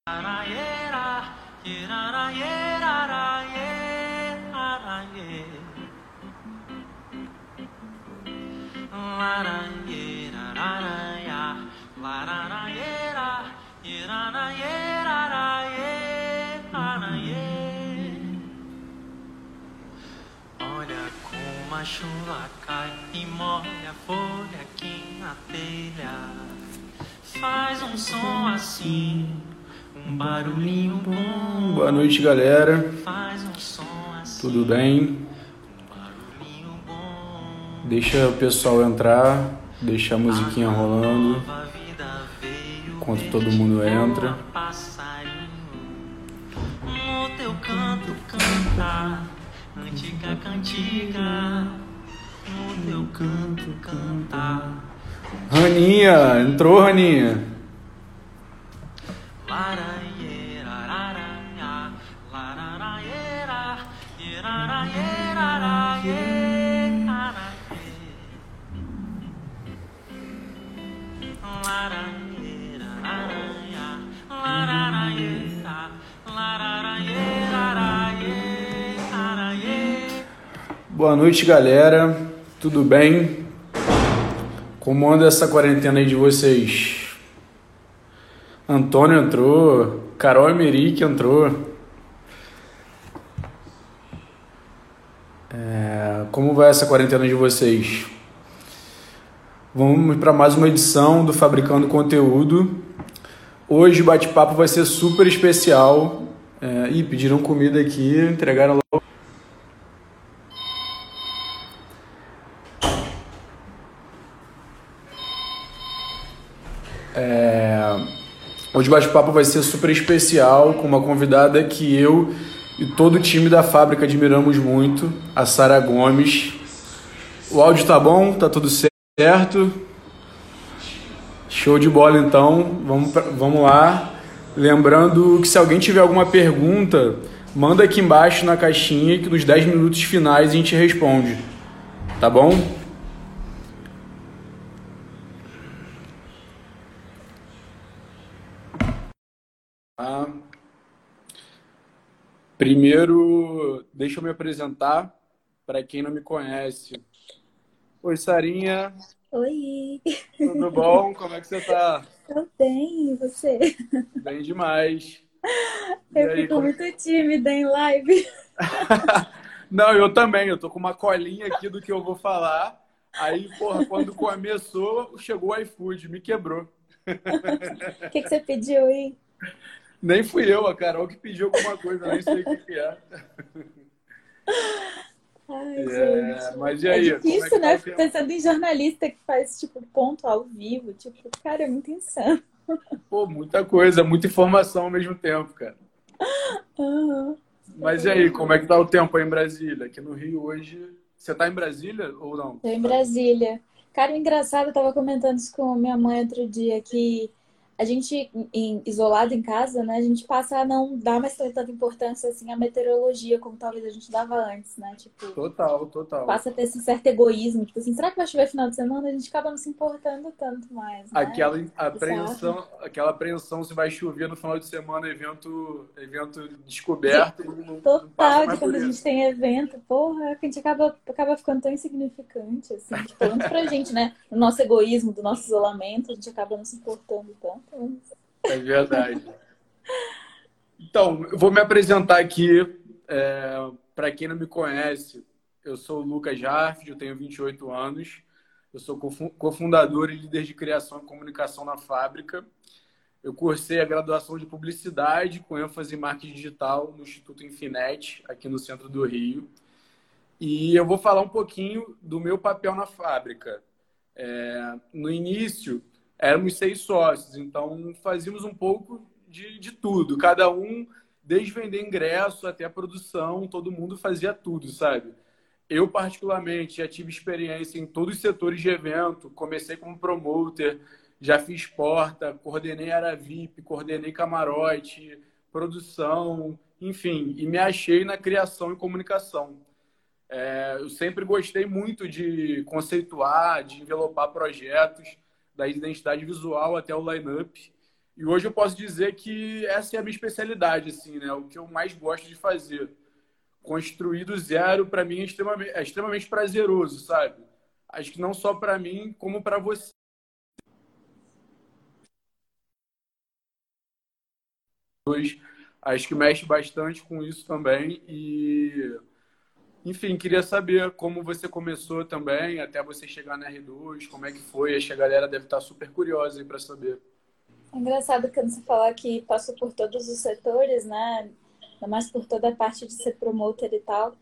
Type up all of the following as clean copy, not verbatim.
Olha como a chuva cai e molha a folha aqui na telha. Faz um som assim, um barulhinho bom. Boa noite, galera. Faz um som assim, Tudo bem? um barulhinho bom. Deixa o pessoal entrar, deixa a musiquinha rolando Nova vida veio enquanto todo mundo entra. passarinho. No teu canto canta, antiga cantiga. No teu canto canta. Raninha, entrou, Raninha. Boa noite, galera. Tudo bem? Como anda essa quarentena aí de vocês? Antônio entrou, Carol Emerick entrou. Como vai essa quarentena de vocês? Vamos para mais uma edição do Fabricando Conteúdo. Hoje o bate-papo vai ser super especial. Pediram comida aqui, entregaram logo. Hoje o bate-papo vai ser super especial, com uma convidada que eu e todo o time da fábrica admiramos muito, a Sara Gomes. O áudio tá bom? Tá tudo certo? Show de bola, então. Vamos lá. Lembrando que se alguém tiver alguma pergunta, manda aqui embaixo na caixinha que nos 10 minutos finais a gente responde. Tá bom? Primeiro, deixa eu me apresentar para quem não me conhece. Oi, Sarinha. Oi, Tudo bom? Como é que você tá? tô bem, e você? Bem demais. E Eu aí, fico muito tímida em live. Não, eu também. Eu tô com uma colinha aqui do que eu vou falar. Aí, porra, quando começou, chegou o iFood, me quebrou. O que você pediu aí? Nem fui eu, a Carol que pediu alguma coisa, nem sei o que é. Ai, gente. Mas e aí? É difícil, como é que né? tá o Fico tempo? pensando em jornalista que faz, tipo, ponto ao vivo. Tipo, cara, é muito insano. Pô, muita coisa, muita informação ao mesmo tempo, cara. Aham. Mas e aí, como é que tá o tempo aí em Brasília? Aqui no Rio hoje... Você tá em Brasília ou não? Tô em Brasília. Cara, o engraçado, eu tava comentando isso com minha mãe outro dia, que a gente, isolado em casa, né? A gente passa a não dar mais tanta importância, assim, à meteorologia, como talvez a gente dava antes, né? Tipo, Total, total. passa a ter esse certo egoísmo, tipo assim, será que vai chover final de semana? A gente acaba não se importando tanto mais, né? Bizarro. Aquela apreensão se vai chover no final de semana, evento descoberto, e não passa Total, de mais por quando a gente isso. tem evento, porra, que a gente acaba ficando tão insignificante, assim, tipo, tanto pra gente, né? No nosso egoísmo, do nosso isolamento, a gente acaba não se importando tanto. É verdade. Então, eu vou me apresentar aqui. Para quem não me conhece, eu sou o Lucas Jarf, eu tenho 28 anos. Eu sou cofundador e líder de criação e comunicação na fábrica. Eu cursei a graduação de publicidade com ênfase em marketing digital no Instituto Infinet, aqui no centro do Rio. E eu vou falar um pouquinho do meu papel na fábrica. No início, éramos 6 sócios, então fazíamos um pouco de tudo. Cada um, desde vender ingresso até a produção, todo mundo fazia tudo, sabe? Eu, particularmente, já tive experiência em todos os setores de evento. Comecei como promoter, já fiz porta, coordenei área VIP, coordenei camarote, produção, enfim, e me achei na criação e comunicação. Eu sempre gostei muito de conceituar, de envelopar projetos, da identidade visual até o line-up. E hoje eu posso dizer que essa é a minha especialidade, assim, né? O que eu mais gosto de fazer. Construir do zero, para mim, é extremamente prazeroso, sabe? Acho que não só para mim, como para você. Acho que mexe bastante com isso também. E, enfim, queria saber como você começou também, até você chegar na R2, como é que foi. Acho que a galera deve estar super curiosa aí para saber. É engraçado quando você fala que passou por todos os setores, né? Ainda mais por toda a parte de ser promotor e tal.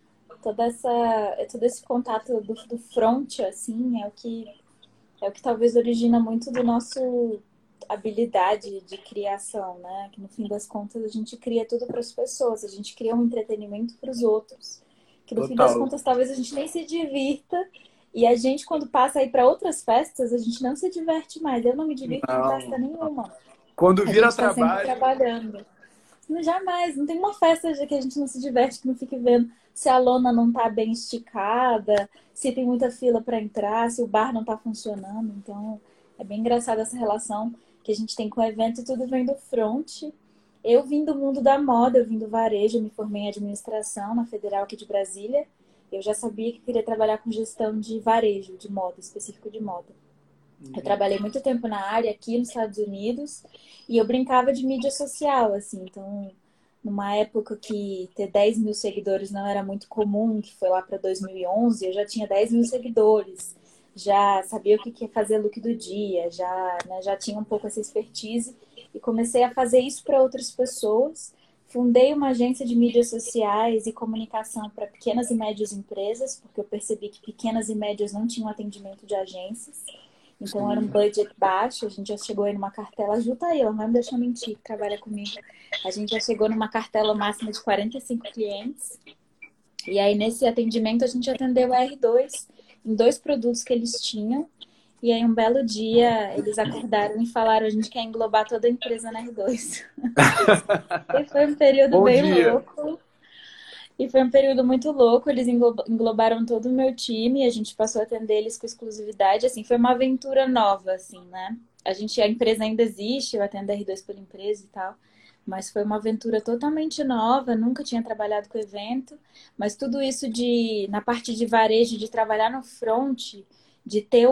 Todo esse contato do front, assim, é o que talvez origina muito do nosso habilidade de criação, né? Que no fim das contas a gente cria tudo para as pessoas, a gente cria um entretenimento para os outros. Que no fim das Total. contas talvez a gente nem se divirta e a gente quando passa aí para outras festas a gente não se diverte mais. Eu não me divirto em festa Não. nenhuma. Quando A vira gente está sempre trabalho, trabalhando. Não, jamais, não tem uma festa que a gente não se diverte, que não fique vendo se a lona não tá bem esticada, se tem muita fila para entrar, se o bar não tá funcionando. Então, é bem engraçada essa relação que a gente tem com o evento e tudo vem do front. Eu vim do mundo da moda, eu vim do varejo, eu me formei em administração na Federal aqui de Brasília. Eu já sabia que queria trabalhar com gestão de varejo, de moda, específico de moda. Eu trabalhei muito tempo na área aqui nos Estados Unidos e eu brincava de mídia social, assim. Então, numa época que ter 10 mil seguidores não era muito comum, que foi lá para 2011, eu já tinha 10 mil seguidores. Já sabia o que ia fazer look do dia, já, né, já tinha um pouco essa expertise e comecei a fazer isso para outras pessoas. Fundei uma agência de mídias sociais e comunicação para pequenas e médias empresas, porque eu percebi que pequenas e médias não tinham atendimento de agências. Então era um sim. budget baixo, a gente já chegou aí numa cartela, ajuda aí, ela não vai me deixar mentir, que trabalha comigo. A gente já chegou numa cartela máxima de 45 clientes. E aí nesse atendimento a gente atendeu a R2 em 2 produtos que eles tinham. E aí um belo dia eles acordaram e falaram, a gente quer englobar toda a empresa na R2. E foi um período Bom bem dia. louco. E foi um período muito louco, eles englobaram todo o meu time, a gente passou a atender eles com exclusividade, assim, foi uma aventura nova, assim, né? A empresa ainda existe, eu atendo a R2 pela empresa e tal, mas foi uma aventura totalmente nova, nunca tinha trabalhado com evento, mas tudo isso na parte de varejo, de trabalhar no front, de ter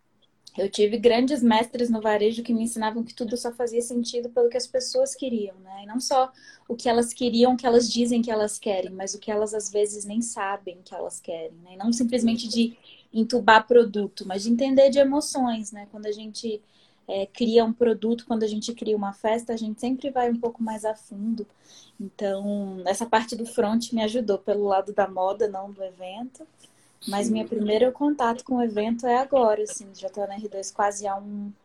eu tive grandes mestres no varejo que me ensinavam que tudo só fazia sentido pelo que as pessoas queriam, né? E não só o que elas queriam, o que elas dizem que elas querem, mas o que elas às vezes nem sabem que elas querem, né? E não simplesmente de entubar produto, mas de entender de emoções, né? Quando a gente cria um produto, quando a gente cria uma festa, a gente sempre vai um pouco mais a fundo. Então, essa parte do front me ajudou pelo lado da moda, não do evento. Mas meu Sim. primeiro contato com o evento é agora, assim, já tô na R2 quase há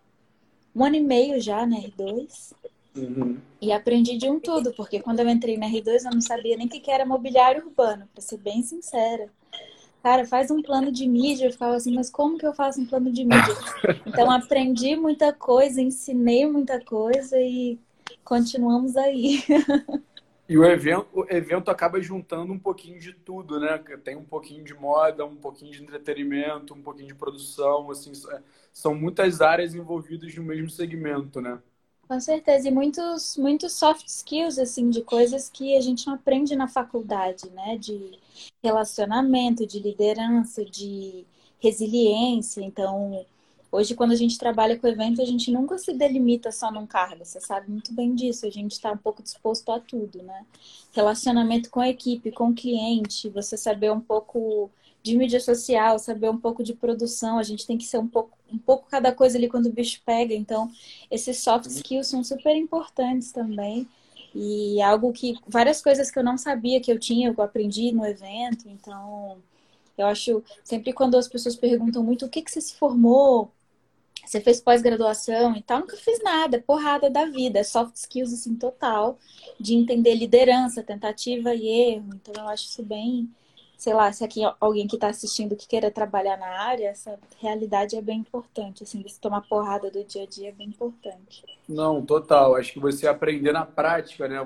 um ano e meio já na R2. Uhum. E aprendi de um tudo, porque quando eu entrei na R2 eu não sabia nem o que era mobiliário urbano, para ser bem sincera. Cara, faz um plano de mídia. Eu ficava assim, mas como que eu faço um plano de mídia? Então aprendi muita coisa, ensinei muita coisa e continuamos aí. E o evento acaba juntando um pouquinho de tudo, né? Tem um pouquinho de moda, um pouquinho de entretenimento, um pouquinho de produção, assim, são muitas áreas envolvidas no mesmo segmento, né? Com certeza, e muitos soft skills, assim, de coisas que a gente não aprende na faculdade, né? De relacionamento, de liderança, de resiliência. Então, hoje, quando a gente trabalha com evento, a gente nunca se delimita só num cargo, você sabe muito bem disso. A gente está um pouco disposto a tudo, né? Relacionamento com a equipe, com o cliente, você saber um pouco de mídia social, saber um pouco de produção, a gente tem que ser um pouco cada coisa ali quando o bicho pega. Então, esses soft skills são super importantes também. E algo que, várias coisas que eu não sabia que eu tinha, eu aprendi no evento. Então, eu acho, sempre quando as pessoas perguntam muito o que você se formou, você fez pós-graduação e tal, nunca fiz nada, porrada da vida, é soft skills assim total, de entender liderança, tentativa e erro. Então, eu acho isso bem, sei lá, se aqui alguém que está assistindo que queira trabalhar na área, essa realidade é bem importante, assim, de se tomar porrada do dia a dia é bem importante. Não, total. Acho que você aprender na prática, né?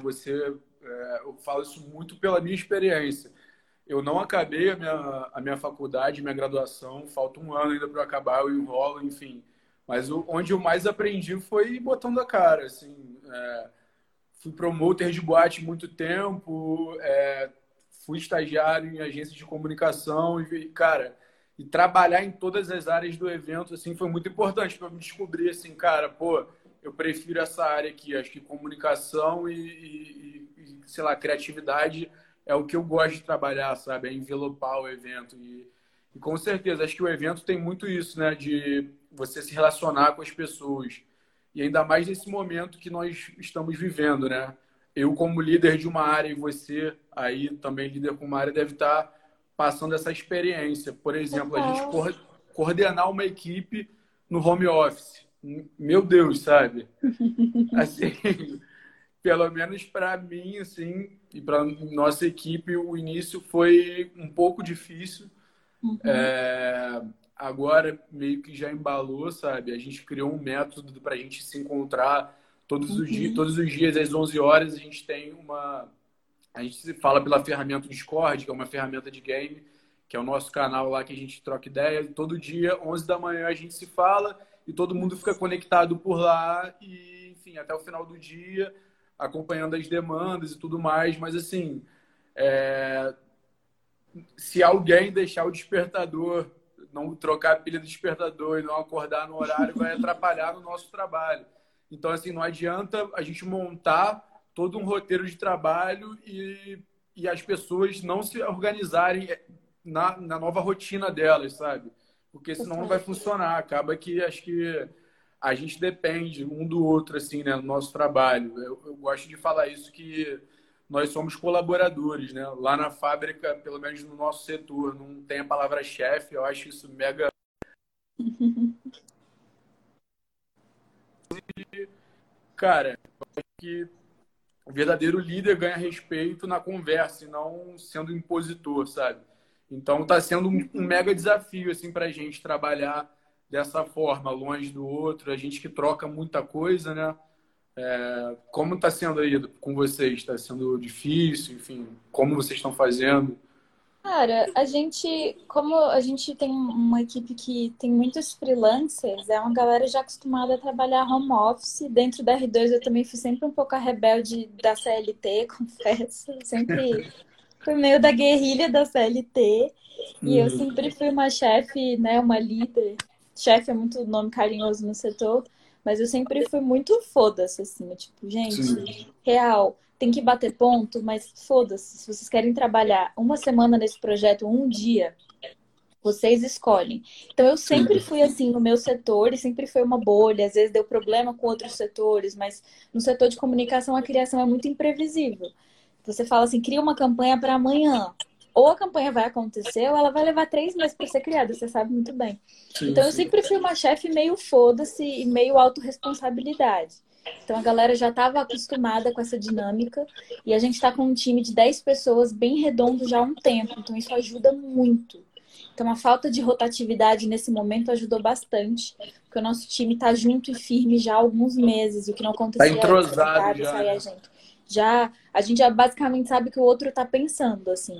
Eu falo isso muito pela minha experiência. Eu não acabei a minha faculdade, minha graduação, falta um ano ainda para eu acabar, eu enrolo, enfim. Mas onde eu mais aprendi foi botando a cara, assim. Fui promoter de boate muito tempo, fui estagiário em agência de comunicação e, cara, e trabalhar em todas as áreas do evento, assim, foi muito importante para me descobrir, assim, cara, pô, eu prefiro essa área aqui. Acho que comunicação sei lá, criatividade é o que eu gosto de trabalhar, sabe? É envelopar o evento. E com certeza, acho que o evento tem muito isso, né? De você se relacionar com as pessoas. E ainda mais nesse momento que nós estamos vivendo, né? Eu, como líder de uma área, e você aí também líder com uma área, deve estar passando essa experiência. Por exemplo, a gente Total. coordenar uma equipe no home office. Meu Deus, sabe? Assim, pelo menos para mim, assim, e para nossa equipe, o início foi um pouco difícil. Uhum, Agora meio que já embalou, sabe? A gente criou um método para a gente se encontrar uhum, todos os dias às 11 horas. A gente tem a gente se fala pela ferramenta Discord, que é uma ferramenta de game, que é o nosso canal lá que a gente troca ideia. E todo dia, 11 da manhã, a gente se fala e todo mundo fica conectado por lá e, enfim, até o final do dia, acompanhando as demandas e tudo mais. Mas, assim, se alguém deixar o despertador, não trocar a pilha do despertador e não acordar no horário, vai atrapalhar no nosso trabalho. Então, assim, não adianta a gente montar todo um roteiro de trabalho e as pessoas não se organizarem na nova rotina delas, sabe? Porque senão não vai total. funcionar. Acaba que acho que a gente depende um do outro, assim, né, no nosso trabalho. Eu gosto de falar isso, que nós somos colaboradores, né? Lá na fábrica, pelo menos no nosso setor, não tem a palavra chefe. Eu acho isso mega. Cara, que o verdadeiro líder ganha respeito na conversa e não sendo impositor, sabe? Então está sendo um mega desafio assim para a gente trabalhar dessa forma, longe do outro. A gente que troca muita coisa, né? Como está sendo aí com vocês? Está sendo difícil? Enfim, como vocês estão fazendo? Cara, como a gente tem uma equipe que tem muitos freelancers, é uma galera já acostumada a trabalhar home office. Dentro da R2 eu também fui sempre um pouco a rebelde da CLT, confesso. Eu sempre fui meio da guerrilha da CLT. E eu Uhum. sempre fui uma chefe, né, uma líder. Chefe é muito nome carinhoso no setor, mas eu sempre fui muito foda-se, assim, tipo, gente, Sim. real, tem que bater ponto, mas foda-se, se vocês querem trabalhar uma semana nesse projeto, um dia, vocês escolhem. Então eu sempre Sim. fui assim no meu setor e sempre foi uma bolha, às vezes deu problema com outros setores, mas no setor de comunicação a criação é muito imprevisível. Você fala assim, cria uma campanha para amanhã. Ou a campanha vai acontecer, ou ela vai levar 3 meses para ser criada, você sabe muito bem. Sim, Então eu sim. sempre fui uma chefe meio foda-se e meio autorresponsabilidade. Então a galera já estava acostumada com essa dinâmica e a gente está com um time de 10 pessoas bem redondo já há um tempo, então isso ajuda muito. Então a falta de rotatividade nesse momento ajudou bastante, porque o nosso time está junto e firme já há alguns meses, o que não Tá acontecia antes, entrosado entrava e já, saía a né? gente. Já a gente já basicamente sabe o que o outro está pensando, assim.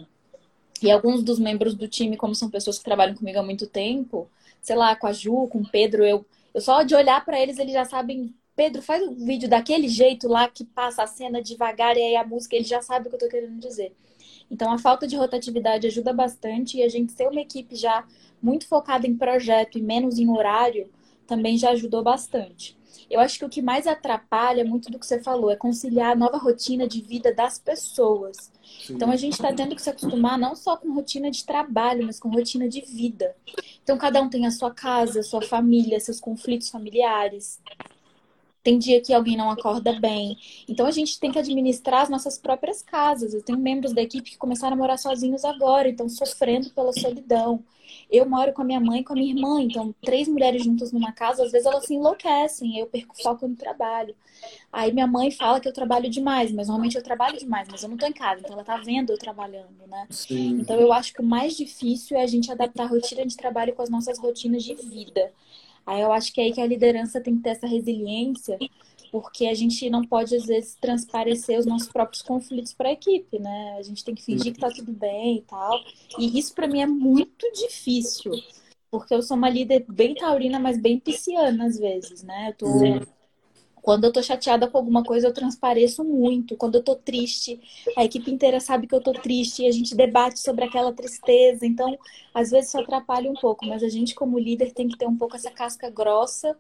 E alguns dos membros do time, como são pessoas que trabalham comigo há muito tempo, sei lá, com a Ju, com o Pedro, eu só de olhar para eles já sabem. Pedro, faz o vídeo daquele jeito lá que passa a cena devagar e aí a música, ele já sabe o que eu tô querendo dizer. Então a falta de rotatividade ajuda bastante e a gente ter uma equipe já muito focada em projeto e menos em horário também já ajudou bastante. Eu acho que o que mais atrapalha, muito do que você falou, é conciliar a nova rotina de vida das pessoas. Então a Sim. gente está tendo que se acostumar não só com rotina de trabalho, mas com rotina de vida. Então cada um tem a sua casa, a sua família, seus conflitos familiares. Tem dia que alguém não acorda bem. Então a gente tem que administrar as nossas próprias casas. Eu tenho membros da equipe que começaram a morar sozinhos agora, então sofrendo pela solidão. Eu moro com a minha mãe e com a minha irmã, então 3 mulheres juntas numa casa, às vezes elas se enlouquecem, eu perco foco no trabalho. Aí minha mãe fala que eu trabalho demais, mas normalmente eu trabalho demais, mas eu não tô em casa, então ela tá vendo eu trabalhando, né? Sim. Então eu acho que o mais difícil é a gente adaptar a rotina de trabalho com as nossas rotinas de vida. Aí eu acho que é aí que a liderança tem que ter essa resiliência, porque a gente não pode, às vezes, transparecer os nossos próprios conflitos para a equipe, né? A gente tem que fingir que tá tudo bem e tal. E isso para mim é muito difícil. Porque eu sou uma líder bem taurina, mas bem pisciana às vezes, né? Sim. Quando eu tô chateada com alguma coisa, eu transpareço muito. Quando eu tô triste, a equipe inteira sabe que eu tô triste e a gente debate sobre aquela tristeza. Então, às vezes isso atrapalha um pouco, mas a gente, como líder, tem que ter um pouco essa casca grossa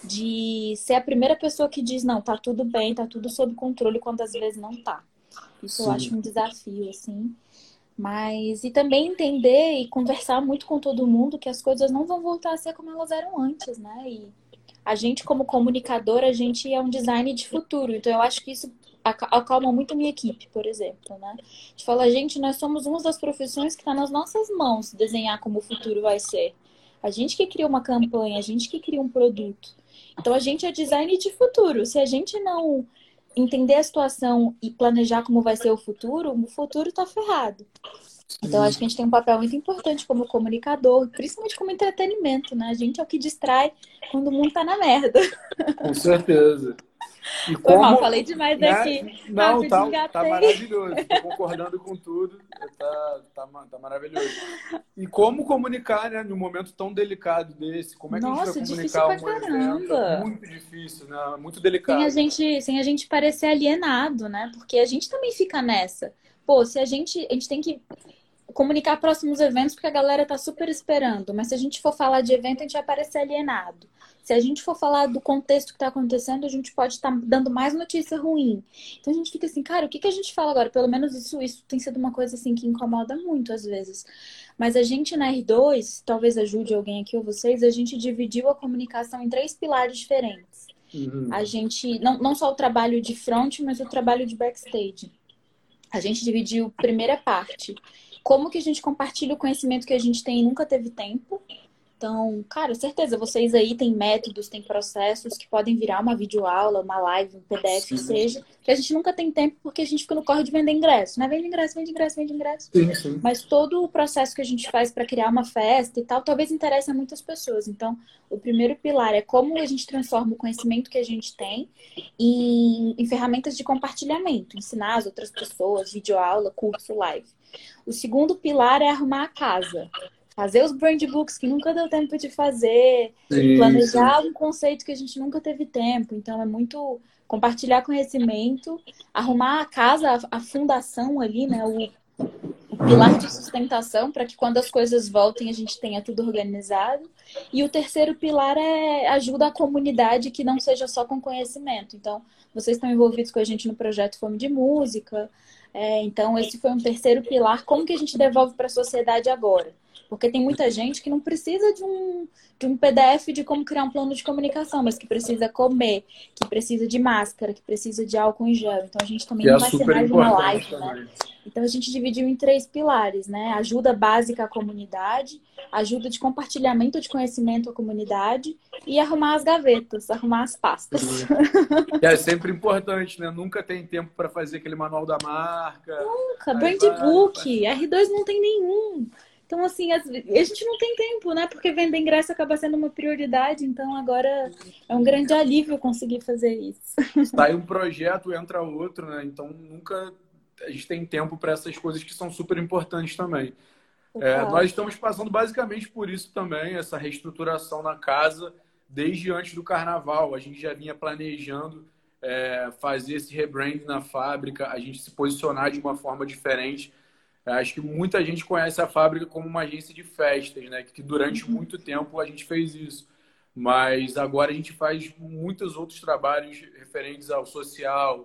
de ser a primeira pessoa que diz, não, tá tudo bem, tá tudo sob controle, quando às vezes não tá. Isso eu acho Sim. um desafio, assim. Mas, e também entender e conversar muito com todo mundo que as coisas não vão voltar a ser como elas eram antes, né? E a gente, como comunicador, a gente é um design de futuro. Então, eu acho que isso acalma muito a minha equipe, por exemplo, né? A gente fala, gente, nós somos uma das profissões que está nas nossas mãos desenhar como o futuro vai ser. A gente que cria uma campanha, a gente que cria um produto. Então, a gente é design de futuro. Se a gente não entender a situação e planejar como vai ser o futuro está ferrado. Então, acho que a gente tem um papel muito importante como comunicador, principalmente como entretenimento, né? A gente é o que distrai quando o mundo tá na merda. Com certeza. E Foi mal, como, falei demais né? aqui. Não, Rápido, tá engatei. maravilhoso. Estou concordando com tudo. Tá maravilhoso. E como comunicar, né, num momento tão delicado desse? Como é que a gente vai Nossa, difícil comunicar pra um evento? É caramba. muito difícil, né? Muito Sem a delicado. gente, sem a gente parecer alienado, né? Porque a gente também fica nessa. Pô, se a gente tem que comunicar próximos eventos porque a galera tá super esperando. Mas se a gente for falar de evento, a gente vai parecer alienado. Se a gente for falar do contexto que tá acontecendo, a gente pode estar dando mais notícia ruim. Então a gente fica assim, cara, o que que a gente fala agora? Pelo menos isso tem sido uma coisa assim que incomoda muito às vezes. Mas a gente na R2, talvez ajude alguém aqui ou vocês, a gente dividiu a comunicação em três pilares diferentes. A Uhum. gente, não só o trabalho de front, mas o trabalho de backstage. A gente dividiu primeira parte. Como que a gente compartilha o conhecimento que a gente tem e nunca teve tempo. Então, cara, certeza, vocês aí têm métodos, têm processos que podem virar uma videoaula, uma live, um PDF, que Sim, seja, que a gente nunca tem tempo porque a gente fica no corre de vender ingresso, né? Vende ingresso, vende ingresso, vende ingresso. sim, sim. Mas todo o processo que a gente faz para criar uma festa e tal, talvez interesse a muitas pessoas. Então, o primeiro pilar é como a gente transforma o conhecimento que a gente tem em ferramentas de compartilhamento, ensinar as outras pessoas, videoaula, curso, live. O segundo pilar é arrumar a casa. Fazer os brand books que nunca deu tempo de fazer, Sim, sim. planejar um conceito que a gente nunca teve tempo. Então, é muito compartilhar conhecimento, arrumar a casa, a fundação ali, né? O pilar de sustentação para que quando as coisas voltem a gente tenha tudo organizado. E o terceiro pilar é ajuda a comunidade que não seja só com conhecimento. Então, vocês estão envolvidos com a gente no projeto Fome de Música. Então, esse foi um terceiro pilar. Como que a gente devolve para a sociedade agora? Porque tem muita gente que não precisa de um PDF de como criar um plano de comunicação, mas que precisa comer, que precisa de máscara, que precisa de álcool em gel. Então, a gente também Que não é vai ser super mais uma importante live, né? também. Então, a gente dividiu em três pilares, né? Ajuda básica à comunidade, ajuda de compartilhamento de conhecimento à comunidade e arrumar as gavetas, arrumar as pastas. Sim. Que é sempre importante, né? Nunca tem tempo para fazer aquele manual da marca. Nunca, Aí brand vai, book, R2 não tem nenhum. Então, assim, a gente não tem tempo, né? Porque vender ingresso acaba sendo uma prioridade. Então, agora é um grande alívio conseguir fazer isso. sai um projeto, entra outro, né? Então nunca a gente tem tempo para essas coisas que são super importantes também. Nós Total. estamos passando basicamente por isso também, essa reestruturação na casa, desde antes do carnaval. A gente já vinha planejando fazer esse rebrand na fábrica, a gente se posicionar de uma forma diferente. Acho que muita gente conhece a fábrica como uma agência de festas, né? Que durante muito tempo a gente fez isso. Mas agora a gente faz muitos outros trabalhos referentes ao social,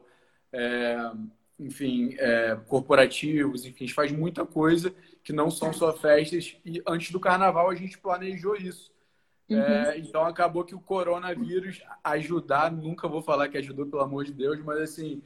é, enfim, corporativos, enfim, a gente faz muita coisa que não são só festas. E antes do carnaval a gente planejou isso. Uhum. Então acabou que o coronavírus ajudar, nunca vou falar que ajudou, pelo amor de Deus, mas assim,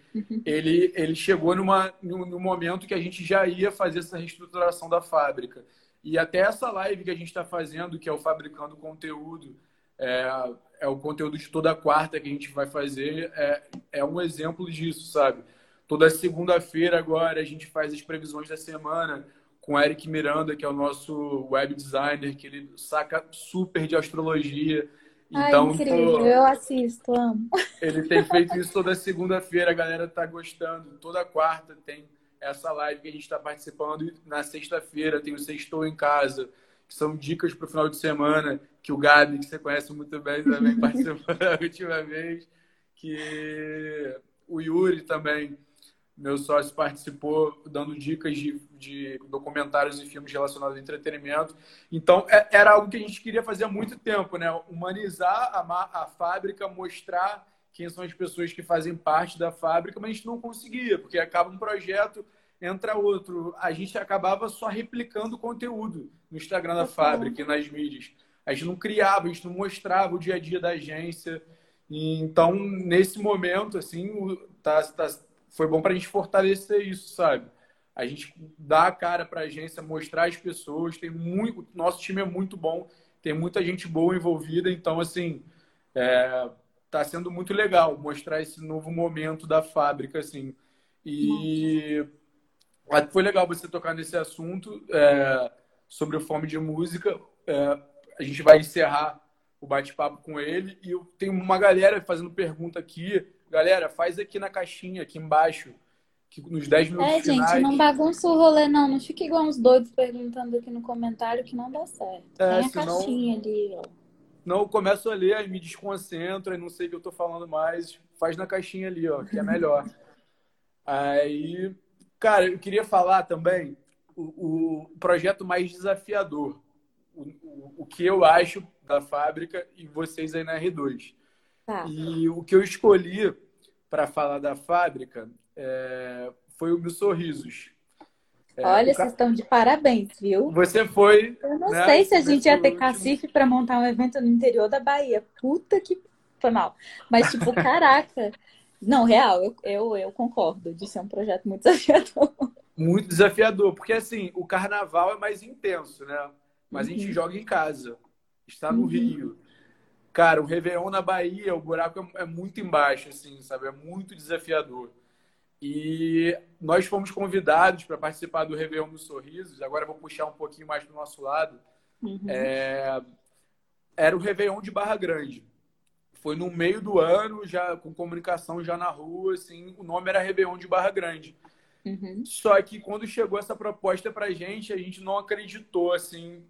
ele chegou num momento que a gente já ia fazer essa reestruturação da fábrica. E até essa live que a gente está fazendo, que é o Fabricando Conteúdo, é, é o conteúdo de toda quarta que a gente vai fazer, é um exemplo disso, sabe? Toda segunda-feira agora a gente faz as previsões da semana com o Eric Miranda, que é o nosso web designer, que ele saca super de astrologia. Ai, Então, incrível. Eu assisto, amo. ele tem feito isso toda segunda-feira, a galera tá gostando. Toda quarta tem essa live que a gente está participando. E na sexta-feira tem o Sextou em Casa, que são dicas para o final de semana, que o Gabi, que você conhece muito bem, também participou da última vez, que o Yuri também, meu sócio, participou dando dicas de documentários e filmes relacionados ao entretenimento. Então, era algo que a gente queria fazer há muito tempo, né? Humanizar a fábrica, mostrar quem são as pessoas que fazem parte da fábrica, mas a gente não conseguia, porque acaba um projeto, entra outro. A gente acabava só replicando o conteúdo no Instagram da fábrica e nas mídias. A gente não criava, a gente não mostrava o dia a dia da agência. E, então, nesse momento, assim, foi bom para a gente fortalecer isso, sabe? A gente dá a cara para a agência, mostrar as pessoas. Nosso time é muito bom, tem muita gente boa envolvida. Então, assim, tá sendo muito legal mostrar esse novo momento da fábrica, assim. E foi legal você tocar nesse assunto sobre o Fome de Música. A gente vai encerrar o bate-papo com ele e eu tenho uma galera fazendo pergunta aqui. Galera, faz aqui na caixinha, aqui embaixo, que nos 10 minutos finais... Gente, não bagunça o rolê, não. Não fica igual uns doidos perguntando aqui no comentário que não dá certo. Tem a caixinha ali, ó. Não, eu começo a ler, aí me desconcentro, aí não sei o que eu tô falando mais. Faz na caixinha ali, ó, que é melhor. Aí, cara, eu queria falar também o projeto mais desafiador. O que eu acho da fábrica e vocês aí na R2. Tá. E o que eu escolhi para falar da fábrica foi o Mil Sorrisos. Olha, vocês estão de parabéns, viu? Você foi... Eu não sei se a gente ia ter cacife para montar um evento no interior da Bahia. Puta que... Foi mal. Mas, tipo, caraca. Não, real, eu concordo de ser um projeto muito desafiador. Muito desafiador, porque, assim, o carnaval é mais intenso, né? Mas a gente joga em casa. Está no Rio. Cara, o Réveillon na Bahia, o buraco é muito embaixo, assim, sabe? É muito desafiador. E nós fomos convidados para participar do Réveillon dos Sorrisos. Agora eu vou puxar um pouquinho mais para o nosso lado. Era o Réveillon de Barra Grande. Foi no meio do ano, já com comunicação já na rua, assim, o nome era Réveillon de Barra Grande. Só que quando chegou essa proposta para a gente não acreditou, assim,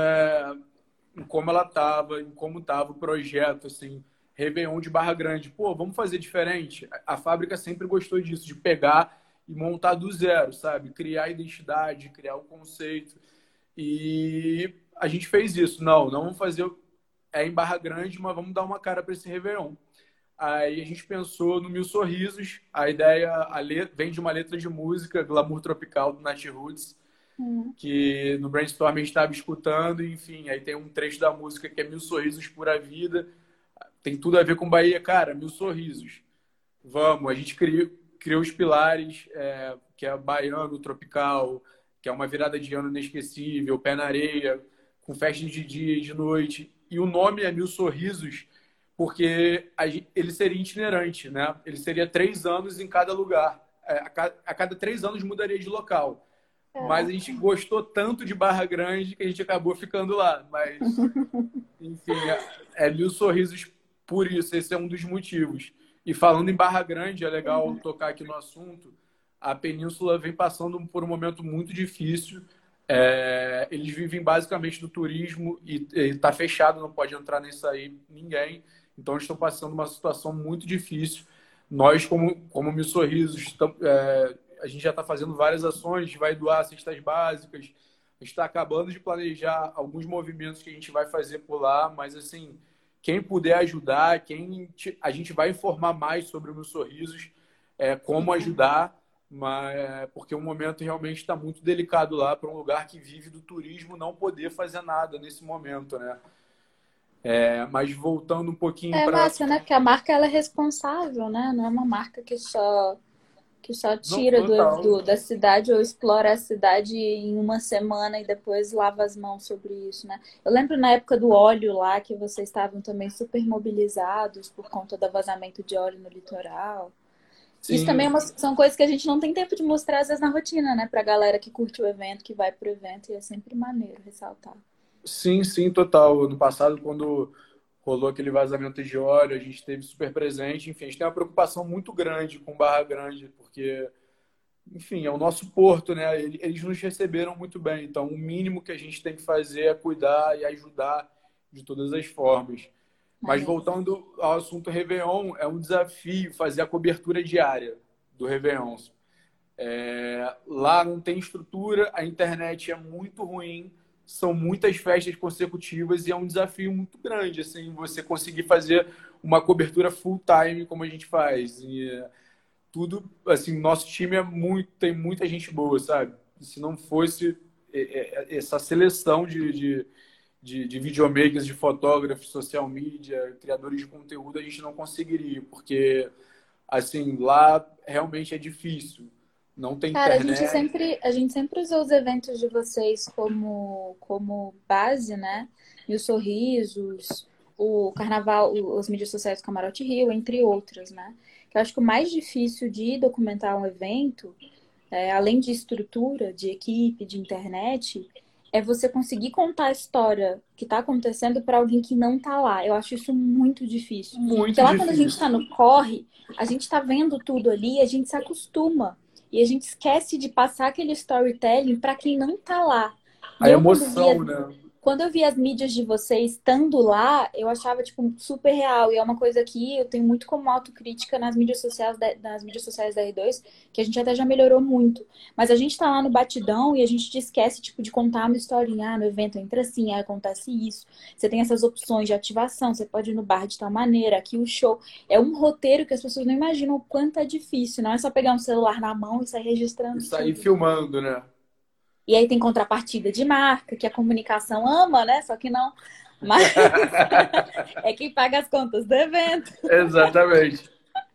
em como ela estava, em como estava o projeto, assim, Réveillon de Barra Grande. Pô, vamos fazer diferente? A fábrica sempre gostou disso, de pegar e montar do zero, sabe? Criar identidade, criar um conceito. E a gente fez isso. Não vamos fazer em Barra Grande, mas vamos dar uma cara para esse Réveillon. Aí a gente pensou no Mil Sorrisos. A ideia vem de uma letra de música, Glamour Tropical, do Nat Roots, que no brainstorm a gente estava escutando. Enfim, aí tem um trecho da música que é Mil Sorrisos Pura Vida. Tem tudo a ver com Bahia. Cara, Mil Sorrisos. Vamos, a gente criou os pilares, que é baiano, tropical, que é uma virada de ano inesquecível, pé na areia, com festas de dia e de noite. E o nome é Mil Sorrisos porque ele seria itinerante, né? Ele seria 3 anos em cada lugar. A cada 3 anos mudaria de local. Mas a gente gostou tanto de Barra Grande que a gente acabou ficando lá. Mas, enfim, Mil Sorrisos por isso. Esse é um dos motivos. E falando em Barra Grande, é legal tocar aqui no assunto. A Península vem passando por um momento muito difícil. Eles vivem basicamente do turismo e está fechado, não pode entrar nem sair ninguém. Então, eles estão passando uma situação muito difícil. Nós, como Mil Sorrisos, a gente já está fazendo várias ações, a gente vai doar cestas básicas, a gente está acabando de planejar alguns movimentos que a gente vai fazer por lá, mas, assim, quem puder ajudar, a gente vai informar mais sobre o Mil Sorrisos, como ajudar, porque o momento realmente está muito delicado lá para um lugar que vive do turismo não poder fazer nada nesse momento, né? Mas voltando um pouquinho para... Márcia, né? Porque a marca ela é responsável, né? Não é uma marca que só tira da cidade ou explora a cidade em uma semana e depois lava as mãos sobre isso, né? Eu lembro na época do óleo lá que vocês estavam também super mobilizados por conta do vazamento de óleo no litoral. Sim. Isso também são coisas que a gente não tem tempo de mostrar às vezes na rotina, né? Pra galera que curte o evento, que vai pro evento, e é sempre maneiro ressaltar. Sim, total. No passado, quando rolou aquele vazamento de óleo, a gente esteve super presente. Enfim, a gente tem uma preocupação muito grande com Barra Grande, porque enfim, é o nosso porto, né? Eles nos receberam muito bem. Então, o mínimo que a gente tem que fazer é cuidar e ajudar de todas as formas. Mas Maneiro. voltando ao assunto Réveillon, é um desafio fazer a cobertura diária do Réveillon. Lá não tem estrutura, a internet é muito ruim, são muitas festas consecutivas e é um desafio muito grande, assim, você conseguir fazer uma cobertura full time como a gente faz. E tudo, assim, nosso time tem muita gente boa, sabe? Se não fosse essa seleção de videomakers, de fotógrafos, social media, criadores de conteúdo, a gente não conseguiria, porque, assim, lá realmente é difícil. Não tem Cara, internet. a gente sempre usou os eventos de vocês como base, né? E os sorrisos, o carnaval, as mídias sociais do Camarote Rio, entre outras, né? Que eu acho que o mais difícil de documentar um evento, além de estrutura, de equipe, de internet, é você conseguir contar a história que está acontecendo para alguém que não está lá. Eu acho isso muito difícil. Porque Muito lá quando a gente difícil. está no corre, a gente está vendo tudo ali, a gente se acostuma. E a gente esquece de passar aquele storytelling para quem não tá lá. E A eu, emoção, né? quando eu vi as mídias de vocês estando lá, eu achava, tipo, super real. E é uma coisa que eu tenho muito como autocrítica nas mídias sociais da R2, que a gente até já melhorou muito. Mas a gente tá lá no batidão e a gente esquece, tipo, de contar uma historinha. Ah, no evento entra assim, aí acontece isso. Você tem essas opções de ativação, você pode ir no bar de tal maneira, aqui o show. É um roteiro que as pessoas não imaginam o quanto é difícil. Não é só pegar um celular na mão e sair E registrando sair tudo. filmando, né? E aí tem contrapartida de marca, que a comunicação ama, né? Só que não. Mas é quem paga as contas do evento. Exatamente.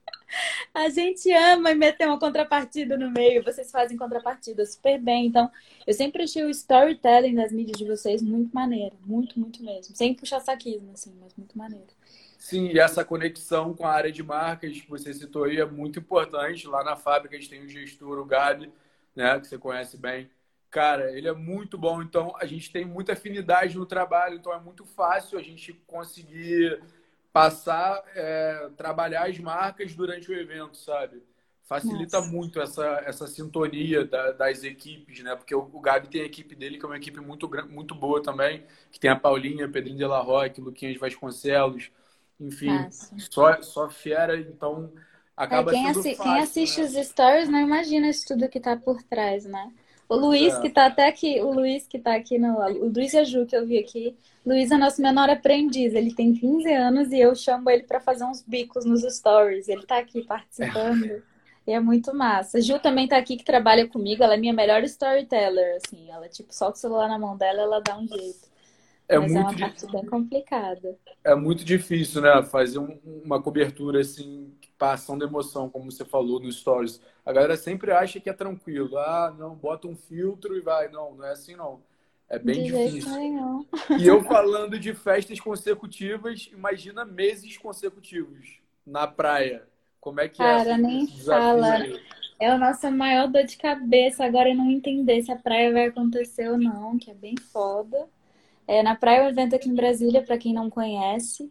A gente ama e meter uma contrapartida no meio. Vocês fazem contrapartida super bem. Então, eu sempre achei o storytelling das mídias de vocês muito maneiro. Muito, muito mesmo. Sem puxar saquismo, assim, mas muito maneiro. Sim, e essa conexão com a área de marcas que você citou aí é muito importante. Lá na fábrica a gente tem o gestor, o Gabi, né, que você conhece bem. Cara, ele é muito bom. Então, a gente tem muita afinidade no trabalho. Então, é muito fácil a gente conseguir passar, trabalhar as marcas durante o evento, sabe? Facilita Nossa. muito essa sintonia das equipes, né? Porque o Gabi tem a equipe dele, que é uma equipe muito boa também, que tem a Paulinha, Pedrinho de la Roque, Luquinhas Vasconcelos, enfim, Massa. só fera, então acaba sendo Quem fácil, assiste né? os stories não imagina isso tudo que tá por trás, né? O Pois Luiz, é. que tá até aqui, o Luiz que tá aqui no. O Luiz e a Ju que eu vi aqui. Luiz é nosso menor aprendiz, ele tem 15 anos e eu chamo ele pra fazer uns bicos nos stories. Ele tá aqui participando e é muito massa. A Ju também tá aqui que trabalha comigo, ela é minha melhor storyteller, assim. Ela, tipo, solta o celular na mão dela, ela dá um jeito. É Mas é uma muito, parte bem complicada. é muito difícil, né? Fazer uma cobertura assim, passando emoção, como você falou no Stories. A galera sempre acha que é tranquilo. Ah, não, bota um filtro e vai. Não, não é assim, não. É bem De jeito difícil. nenhum. E eu falando de festas consecutivas, imagina meses consecutivos na praia. Como é que é Cara, nem esse desafio fala. aí? É a nossa maior dor de cabeça agora é não entender se a praia vai acontecer ou não, que é bem foda. Na praia é um evento aqui em Brasília, para quem não conhece.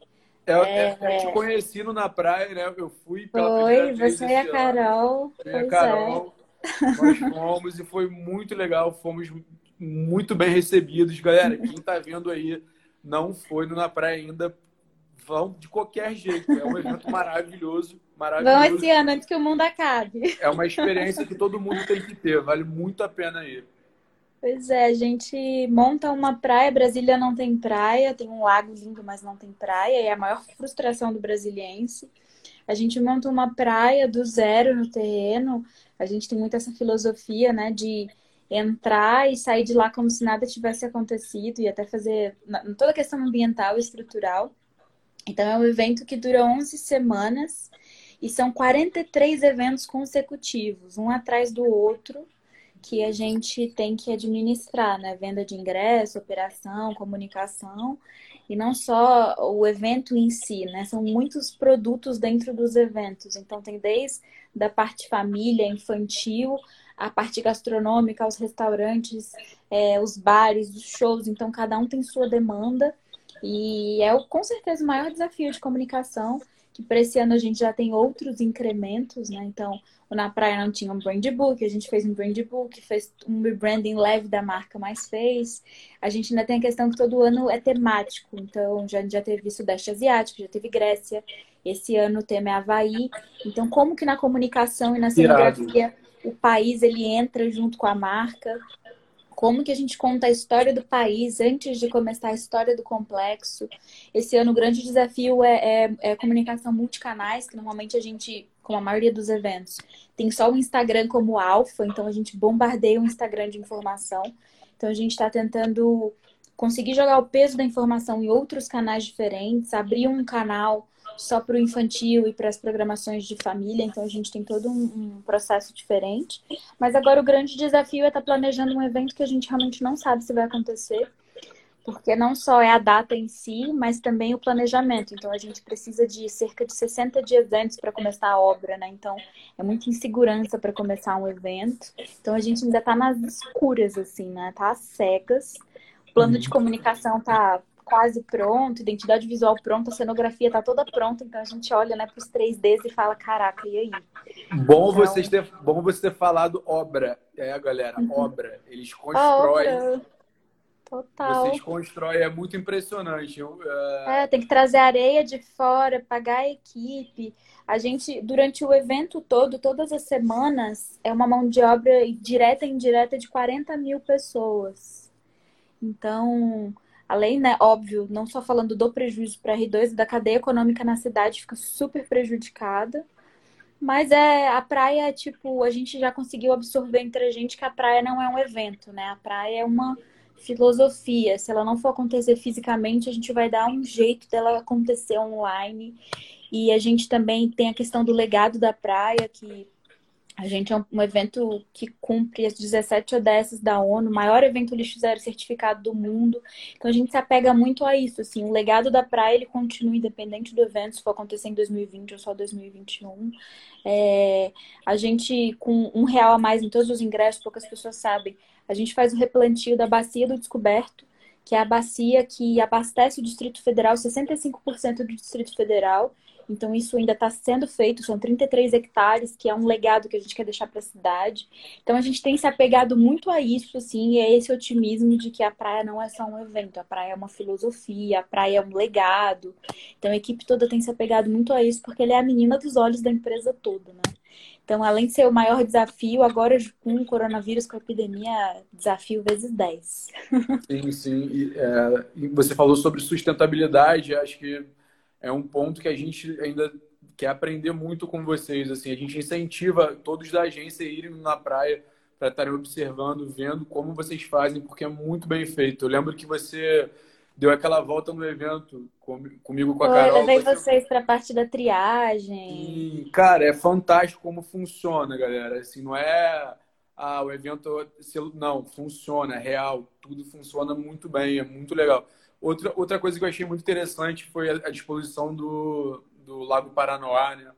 Eu te conheci no Na Praia, né? Eu fui pela primeira Foi, vez você e a esse ano. Carol. Eu e a Pois é. Carol, nós fomos e foi muito legal. Fomos muito bem recebidos. Galera, quem tá vendo aí não foi no Na Praia ainda, vão de qualquer jeito. É um evento maravilhoso, Vão esse maravilhoso. ano antes que o mundo acabe. É uma experiência que todo mundo tem que ter. Vale muito a pena ir. Pois é, a gente monta uma praia. Brasília não tem praia, tem um lago lindo, mas não tem praia. E é a maior frustração do brasiliense. A gente monta uma praia do zero no terreno. A gente tem muito essa filosofia, né, de entrar e sair de lá como se nada tivesse acontecido e até fazer toda a questão ambiental e estrutural. Então, é um evento que dura 11 semanas e são 43 eventos consecutivos, um atrás do outro, que a gente tem que administrar, né? Venda de ingresso, operação, comunicação, e não só o evento em si, né? São muitos produtos dentro dos eventos. Então, tem desde da parte família, infantil, a parte gastronômica, os restaurantes, os bares, os shows. Então, cada um tem sua demanda. E é com certeza o maior desafio de comunicação que para esse ano a gente já tem outros incrementos, né? Então, na praia não tinha um brand book, a gente fez um brand book, fez um rebranding leve da marca, mas fez. A gente ainda tem a questão que todo ano é temático, então já teve Sudeste Asiático, já teve Grécia, esse ano o tema é Havaí. Então, como que na comunicação e na Irado. cenografia o país ele entra junto com a marca? Como que a gente conta a história do país antes de começar a história do complexo? Esse ano o grande desafio é comunicação multicanais, que normalmente a gente, como a maioria dos eventos, tem só o Instagram como alfa, então a gente bombardeia o Instagram de informação. Então a gente está tentando conseguir jogar o peso da informação em outros canais diferentes, abrir um canal só para o infantil e para as programações de família, então a gente tem todo um processo diferente. Mas agora o grande desafio é estar planejando um evento que a gente realmente não sabe se vai acontecer, porque não só é a data em si, mas também o planejamento. Então a gente precisa de cerca de 60 dias antes para começar a obra, né? Então é muita insegurança para começar um evento. Então a gente ainda está nas escuras, assim, né? Tá às cegas. O plano de comunicação tá quase pronto, identidade visual pronta, a cenografia tá toda pronta, então a gente olha, né, para os 3Ds e fala, caraca, e aí? Então, Bom você ter falado obra. Galera, obra. Eles a constroem, obra, total. vocês constroem, é muito impressionante. Tem que trazer areia de fora, pagar a equipe. A gente, durante o evento todo, todas as semanas, é uma mão de obra direta e indireta de 40 mil pessoas. Então, além, né, óbvio, não só falando do prejuízo para a R2, da cadeia econômica na cidade fica super prejudicada. Mas a praia, tipo, a gente já conseguiu absorver entre a gente que a praia não é um evento, né? A praia é uma filosofia. Se ela não for acontecer fisicamente, a gente vai dar um jeito dela acontecer online. E a gente também tem a questão do legado da praia, que a gente é um evento que cumpre as 17 ODS da ONU, o maior evento lixo zero certificado do mundo. Então a gente se apega muito a isso, assim, o legado da praia ele continua independente do evento, se for acontecer em 2020 ou só 2021. A gente, com R$ 1 a mais em todos os ingressos, poucas pessoas sabem, a gente faz o replantio da Bacia do Descoberto, que é a bacia que abastece o Distrito Federal, 65% do Distrito Federal. Então, isso ainda está sendo feito, são 33 hectares, que é um legado que a gente quer deixar para a cidade. Então, a gente tem se apegado muito a isso, assim, e é esse otimismo de que a praia não é só um evento, a praia é uma filosofia, a praia é um legado. Então, a equipe toda tem se apegado muito a isso, porque ele é a menina dos olhos da empresa toda, né? Então, além de ser o maior desafio, agora com o coronavírus, com a epidemia, desafio vezes 10. Sim, sim. E você falou sobre sustentabilidade, acho que é um ponto que a gente ainda quer aprender muito com vocês. Assim, a gente incentiva todos da agência a irem na praia para estarem observando, vendo como vocês fazem, porque é muito bem feito. Eu lembro que você deu aquela volta no evento comigo, com a Foi, Carol. levei vocês para a parte da triagem. E, cara, é fantástico como funciona, galera. Assim, não é o evento. Não, funciona, é real. Tudo funciona muito bem, é muito legal. Outra coisa que eu achei muito interessante foi a disposição do Lago Paranoá, né?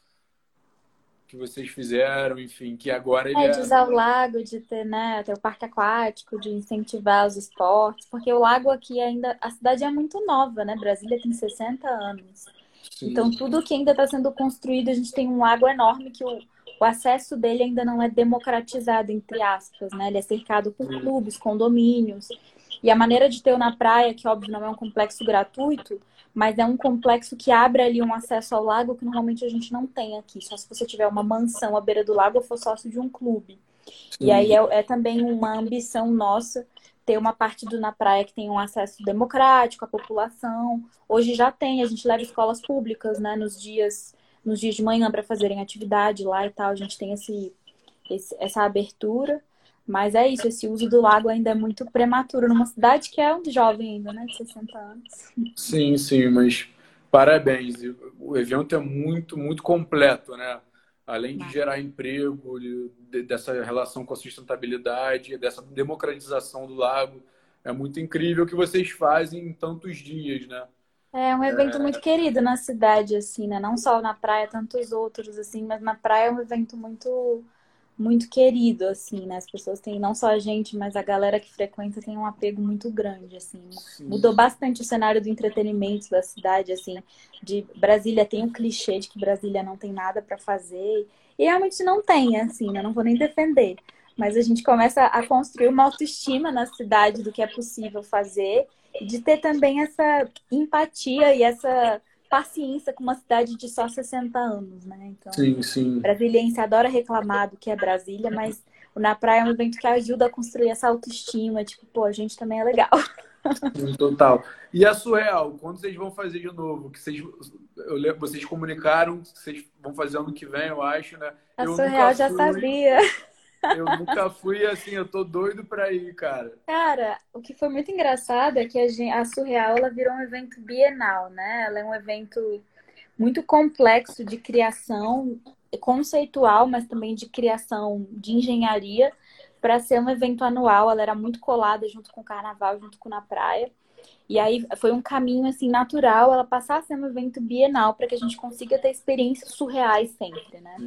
Que vocês fizeram, enfim, que agora ele De é. usar o lago, de ter, né, ter o parque aquático, de incentivar os esportes, porque o lago aqui ainda, a cidade é muito nova, né? Brasília tem 60 anos. Então, Sim, tudo que ainda está sendo construído, a gente tem um lago enorme que o acesso dele ainda não é democratizado, entre aspas, né? Ele é cercado por clubes, condomínios. E a maneira de ter o na praia, que óbvio não é um complexo gratuito, mas é um complexo que abre ali um acesso ao lago que normalmente a gente não tem aqui. Só se você tiver uma mansão à beira do lago ou for sócio de um clube. E aí sim. é também uma ambição nossa ter uma parte do na praia que tem um acesso democrático à população. Hoje já tem, a gente leva escolas públicas, né, nos dias de manhã para fazerem atividade lá e tal. A gente tem essa abertura. Mas é isso, esse uso do lago ainda é muito prematuro numa cidade que é um jovem ainda, né, de 60 anos. Sim, sim, mas parabéns. E o evento é muito, muito completo, né? Além de Mas, gerar emprego, dessa relação com a sustentabilidade, dessa democratização do lago, é muito incrível o que vocês fazem em tantos dias, né? é um evento muito querido na cidade, assim, né? Não só na praia, tantos outros, assim, mas na praia é um evento muito muito querido, assim, né? As pessoas têm, não só a gente, mas a galera que frequenta tem um apego muito grande, assim. Sim. Mudou bastante o cenário do entretenimento da cidade, assim. De Brasília tem um clichê de que Brasília não tem nada para fazer. E realmente não tem, assim, né? Não vou nem defender. Mas a gente começa a construir uma autoestima na cidade do que é possível fazer e de ter também essa empatia e essa paciência com uma cidade de só 60 anos, né? Então, Sim, sim. brasiliense adora reclamar do que é Brasília, mas o Na Praia é um evento que ajuda a construir essa autoestima, tipo, pô, a gente também é legal. Sim, total. E a Surreal, quando vocês vão fazer de novo? Que vocês, vocês comunicaram que vocês vão fazer ano que vem, eu acho, né? A Eu nunca Surreal já fui, sabia. assim, eu tô doido pra ir, cara. Cara, o que foi muito engraçado é que a Surreal ela virou um evento bienal, né? Ela é um evento muito complexo de criação conceitual, mas também de criação de engenharia, para ser um evento anual. Ela era muito colada junto com o Carnaval, junto com o Na Praia. E aí foi um caminho assim natural ela passar a ser um evento bienal para que a gente consiga ter experiências surreais sempre, né?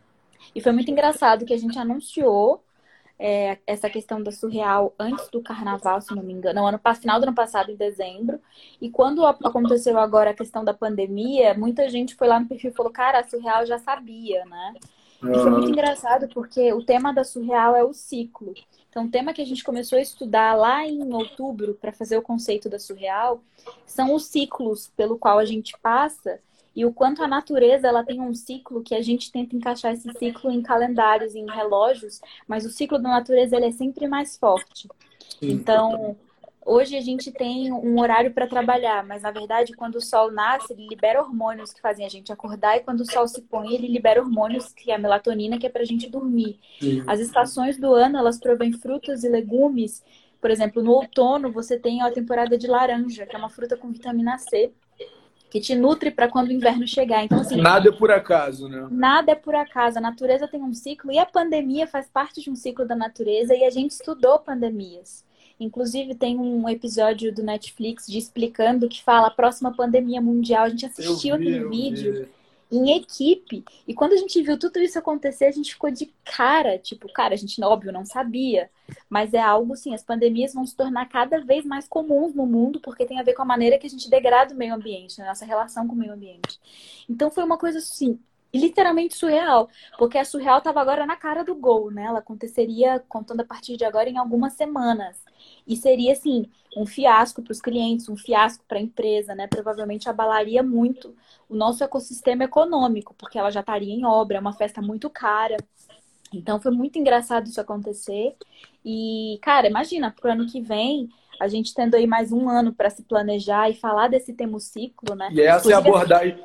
E foi muito engraçado que a gente anunciou essa questão da Surreal antes do Carnaval, se não me engano, final do ano passado, em dezembro. E quando aconteceu agora a questão da pandemia, muita gente foi lá no perfil e falou, cara, a Surreal já sabia, né? E foi muito Aham. engraçado porque o tema da Surreal é o ciclo. Então, o tema que a gente começou a estudar lá em outubro para fazer o conceito da Surreal são os ciclos pelo qual a gente passa e o quanto a natureza ela tem um ciclo que a gente tenta encaixar esse ciclo em calendários, em relógios, mas o ciclo da natureza ele é sempre mais forte. Sim, total. Então, hoje a gente tem um horário para trabalhar, mas na verdade, quando o sol nasce, ele libera hormônios que fazem a gente acordar, e quando o sol se põe, ele libera hormônios, que é a melatonina, que é para a gente dormir. Sim. As estações do ano, elas provêm frutas e legumes. Por exemplo, no outono, você tem a temporada de laranja, que é uma fruta com vitamina C, que te nutre para quando o inverno chegar. Então, assim, Nada é por acaso, né? nada é por acaso. A natureza tem um ciclo e a pandemia faz parte de um ciclo da natureza e a gente estudou pandemias. Inclusive, tem um episódio do Netflix de explicando que fala a próxima pandemia mundial. A gente assistiu aquele Eu vídeo vi. em equipe. E quando a gente viu tudo isso acontecer, a gente ficou de cara. Tipo, cara, a gente, óbvio, não sabia. Mas é algo, assim, as pandemias vão se tornar cada vez mais comuns no mundo, porque tem a ver com a maneira que a gente degrada o meio ambiente, né? Nossa relação com o meio ambiente. Então foi uma coisa, assim, literalmente surreal. Porque a surreal estava agora na cara do gol, né? Ela aconteceria, contando a partir de agora, em algumas semanas. E seria, assim, um fiasco para os clientes, um fiasco para a empresa, né? Provavelmente abalaria muito o nosso ecossistema econômico, porque ela já estaria em obra, é uma festa muito cara. Então foi muito engraçado isso acontecer. E, cara, imagina, pro ano que vem, a gente tendo aí mais um ano para se planejar e falar desse termociclo, né? E essa é a Inclusive, abordagem,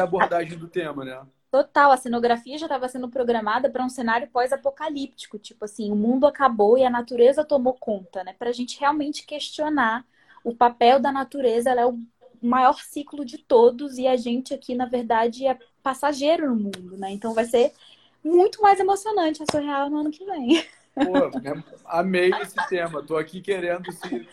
do tema, né? total, a cenografia já estava sendo programada para um cenário pós-apocalíptico, tipo assim, o mundo acabou e a natureza tomou conta, né? Para a gente realmente questionar o papel da natureza, ela é o maior ciclo de todos e a gente aqui, na verdade, é passageiro no mundo, né? Então vai ser muito mais emocionante a Surreal no ano que vem. Pô, amei esse tema. Tô aqui querendo,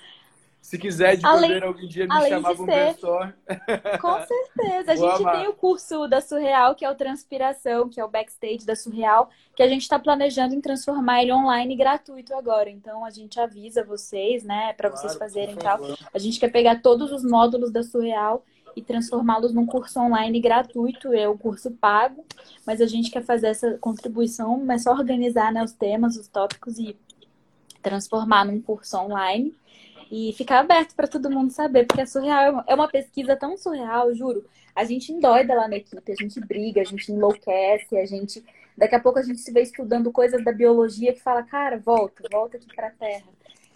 se quiser de Além, poder algum dia me além chamar de para um ser brainstorm, Com certeza. A vou gente tem amar. o curso da Surreal, que é o Transpiração, que é o backstage da Surreal, que a gente está planejando em transformar ele online gratuito agora. Então a gente avisa vocês, né, para vocês Claro, por fazerem e tal. favor. A gente quer pegar todos os módulos da Surreal e transformá-los num curso online gratuito, é o curso pago, mas a gente quer fazer essa contribuição, mas só organizar, né, os temas, os tópicos e transformar num curso online. E ficar aberto para todo mundo saber, porque a Surreal é uma pesquisa tão surreal, juro. A gente endoida lá na equipe, a gente briga, a gente enlouquece, a gente. Daqui a pouco a gente se vê estudando coisas da biologia que fala, cara, volta aqui para a Terra.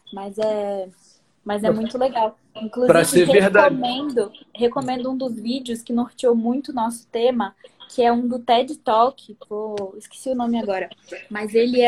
Mas é muito legal. Para Inclusive, ser verdade. recomendo um dos vídeos que norteou muito o nosso tema, que é um do TED Talk, pô, esqueci o nome agora, mas ele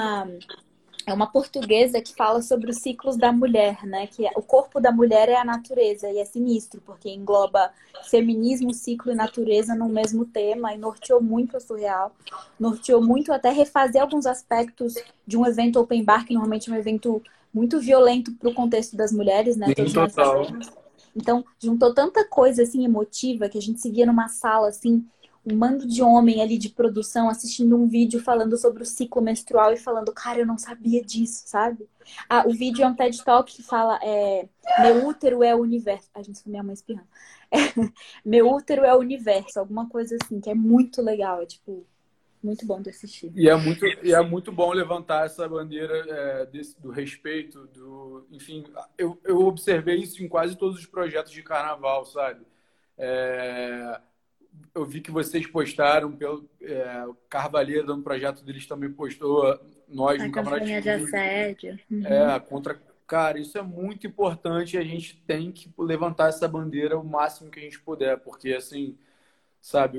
é uma portuguesa que fala sobre os ciclos da mulher, né? Que o corpo da mulher é a natureza e é sinistro, porque engloba feminismo, ciclo e natureza no mesmo tema e norteou muito a Surreal. Norteou muito até refazer alguns aspectos de um evento open bar, que normalmente é um evento muito violento para o contexto das mulheres, né? Sim, Todos nós total. sabemos. Então, juntou tanta coisa assim emotiva que a gente se via numa sala assim, um bando de homem ali de produção assistindo um vídeo falando sobre o ciclo menstrual e falando, cara, eu não sabia disso, sabe? Ah, o vídeo é um TED Talk que fala meu útero é o universo. A gente, minha mãe espirrando. Meu útero é o universo, alguma coisa assim, que é muito legal, é tipo, muito bom de assistir. E é muito bom levantar essa bandeira do respeito, enfim, eu observei isso em quase todos os projetos de carnaval, sabe? Eu vi que vocês postaram o Carvalheiro, no projeto deles também postou, nós A no campanha de Camarote assédio. contra. Cara, isso é muito importante e a gente tem que levantar essa bandeira o máximo que a gente puder, porque assim, sabe,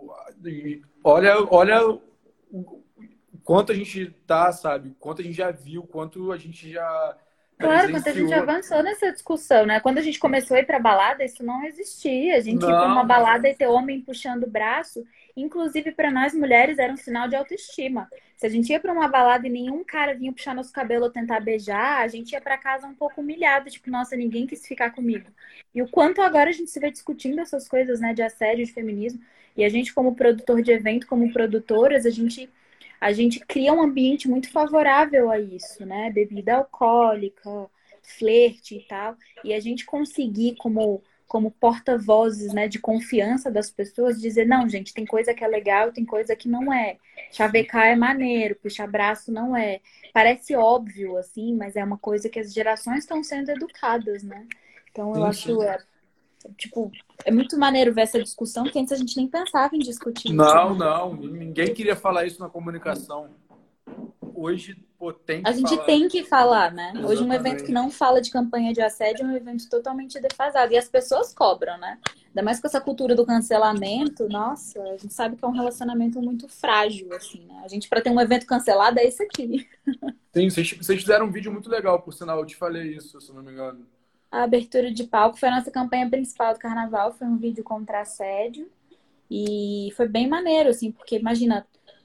olha o quanto a gente tá, sabe, quanto a gente já viu, quanto a gente já Claro, quando a gente presenciou. avançou nessa discussão, né? Quando a gente começou a ir pra balada, isso não existia. A gente ir pra uma Não, balada e ter homem puxando o braço, inclusive para nós mulheres, era um sinal de autoestima. Se a gente ia pra uma balada e nenhum cara vinha puxar nosso cabelo ou tentar beijar, a gente ia pra casa um pouco humilhada, tipo, nossa, ninguém quis ficar comigo. E o quanto agora a gente se vê discutindo essas coisas, né, de assédio, de feminismo, e a gente como produtor de evento, como produtoras, a gente cria um ambiente muito favorável a isso, né? Bebida alcoólica, flerte e tal. E a gente conseguir, como porta-vozes, né, de confiança das pessoas, dizer, não, gente, tem coisa que é legal, tem coisa que não é. Chavecar é maneiro, puxar braço não é. Parece óbvio, assim, mas é uma coisa que as gerações estão sendo educadas, né? Então, eu sim, acho, sim. tipo, é muito maneiro ver essa discussão, que antes a gente nem pensava em discutir isso, Não, né? não, ninguém queria falar isso na comunicação. Hoje, pô, tem A que gente falar. tem que falar, né? Hoje um evento que Exatamente. não fala de campanha de assédio é um evento totalmente defasado. E as pessoas cobram, né? Ainda mais com essa cultura do cancelamento, nossa, a gente sabe que é um relacionamento muito frágil, assim, né? A gente, para ter um evento cancelado, é isso aqui. Sim, vocês fizeram um vídeo muito legal, por sinal, eu te falei isso, se eu não me engano. A abertura de palco foi a nossa campanha principal do carnaval, foi um vídeo contra assédio. E foi bem maneiro, assim, porque imagina,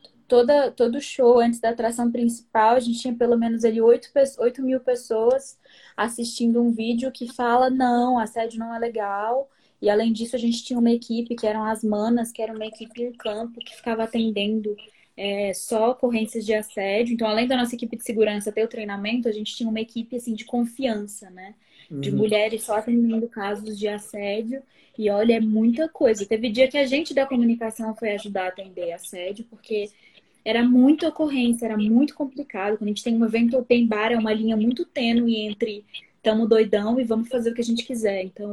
todo show antes da atração principal, a gente tinha pelo menos ali 8 mil pessoas assistindo um vídeo que fala, não, assédio não é legal. E além disso, a gente tinha uma equipe, que eram as manas, que era uma equipe em campo, que ficava atendendo só ocorrências de assédio. Então, além da nossa equipe de segurança ter o treinamento, a gente tinha uma equipe, assim, de confiança, né? De Uhum. mulheres só atendendo casos de assédio. E olha, é muita coisa. Teve dia que a gente da comunicação foi ajudar a atender assédio, porque era muita ocorrência, era muito complicado. Quando a gente tem um evento open bar, é uma linha muito tênue entre tamo doidão e vamos fazer o que a gente quiser. Então,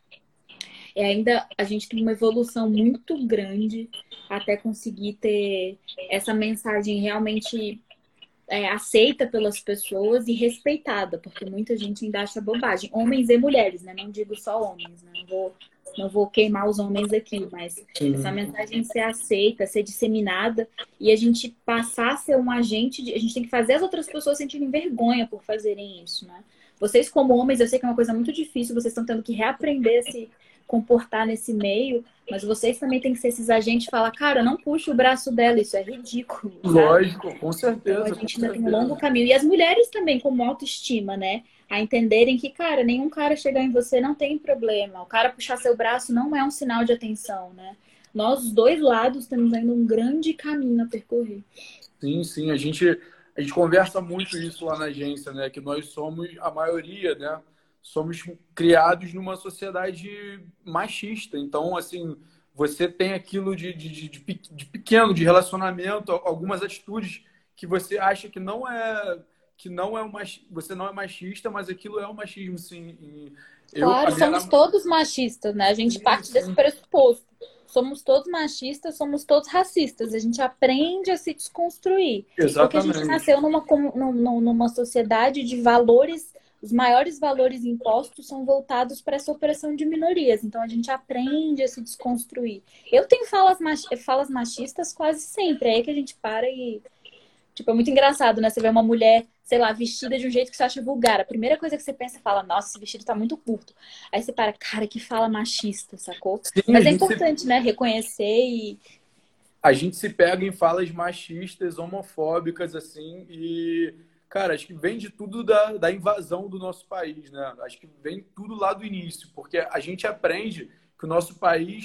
ainda a gente tem uma evolução muito grande até conseguir ter essa mensagem realmente aceita pelas pessoas e respeitada, porque muita gente ainda acha bobagem. Homens e mulheres, né? Não digo só homens, né? Não vou queimar os homens aqui, mas essa Sim. mensagem ser aceita, ser disseminada e a gente passar a ser um agente, a gente tem que fazer as outras pessoas sentirem vergonha por fazerem isso, né? Vocês como homens, eu sei que é uma coisa muito difícil, vocês estão tendo que reaprender a se comportar nesse meio, mas vocês também têm que ser esses agentes e falar, cara, não puxa o braço dela, isso é ridículo, sabe? Lógico, com Então a certeza, com gente ainda tem um longo certeza. caminho. E as mulheres também, como autoestima, né? A entenderem que, cara, nenhum cara chegar em você não tem problema. O cara puxar seu braço não é um sinal de atenção, né? Nós, os dois lados, temos ainda um grande caminho a percorrer. Sim, sim, a gente conversa muito isso lá na agência, né? Que nós somos, a maioria, né? Somos criados numa sociedade machista. Então, assim, você tem aquilo de pequeno, de relacionamento, algumas atitudes que você acha que não é você não é machista, mas aquilo é um machismo, sim. E Claro, somos todos machistas, né? A gente sim, parte desse sim, pressuposto. Somos todos machistas, somos todos racistas. A gente aprende a se desconstruir. Porque a gente exatamente. nasceu numa sociedade de valores, os maiores valores impostos são voltados para essa opressão de minorias. Então a gente aprende a se desconstruir. Eu tenho falas machistas quase sempre. É aí que a gente para e. Tipo, é muito engraçado, né? Você vê uma mulher, sei lá, vestida de um jeito que você acha vulgar. A primeira coisa que você pensa é fala, nossa, esse vestido tá muito curto. Aí você para, cara, que fala machista, sacou? Sim, Mas é importante, né? Reconhecer e. a gente se pega em falas machistas, homofóbicas, assim, e, cara, acho que vem de tudo da invasão do nosso país, né? Acho que vem tudo lá do início, porque a gente aprende que o nosso país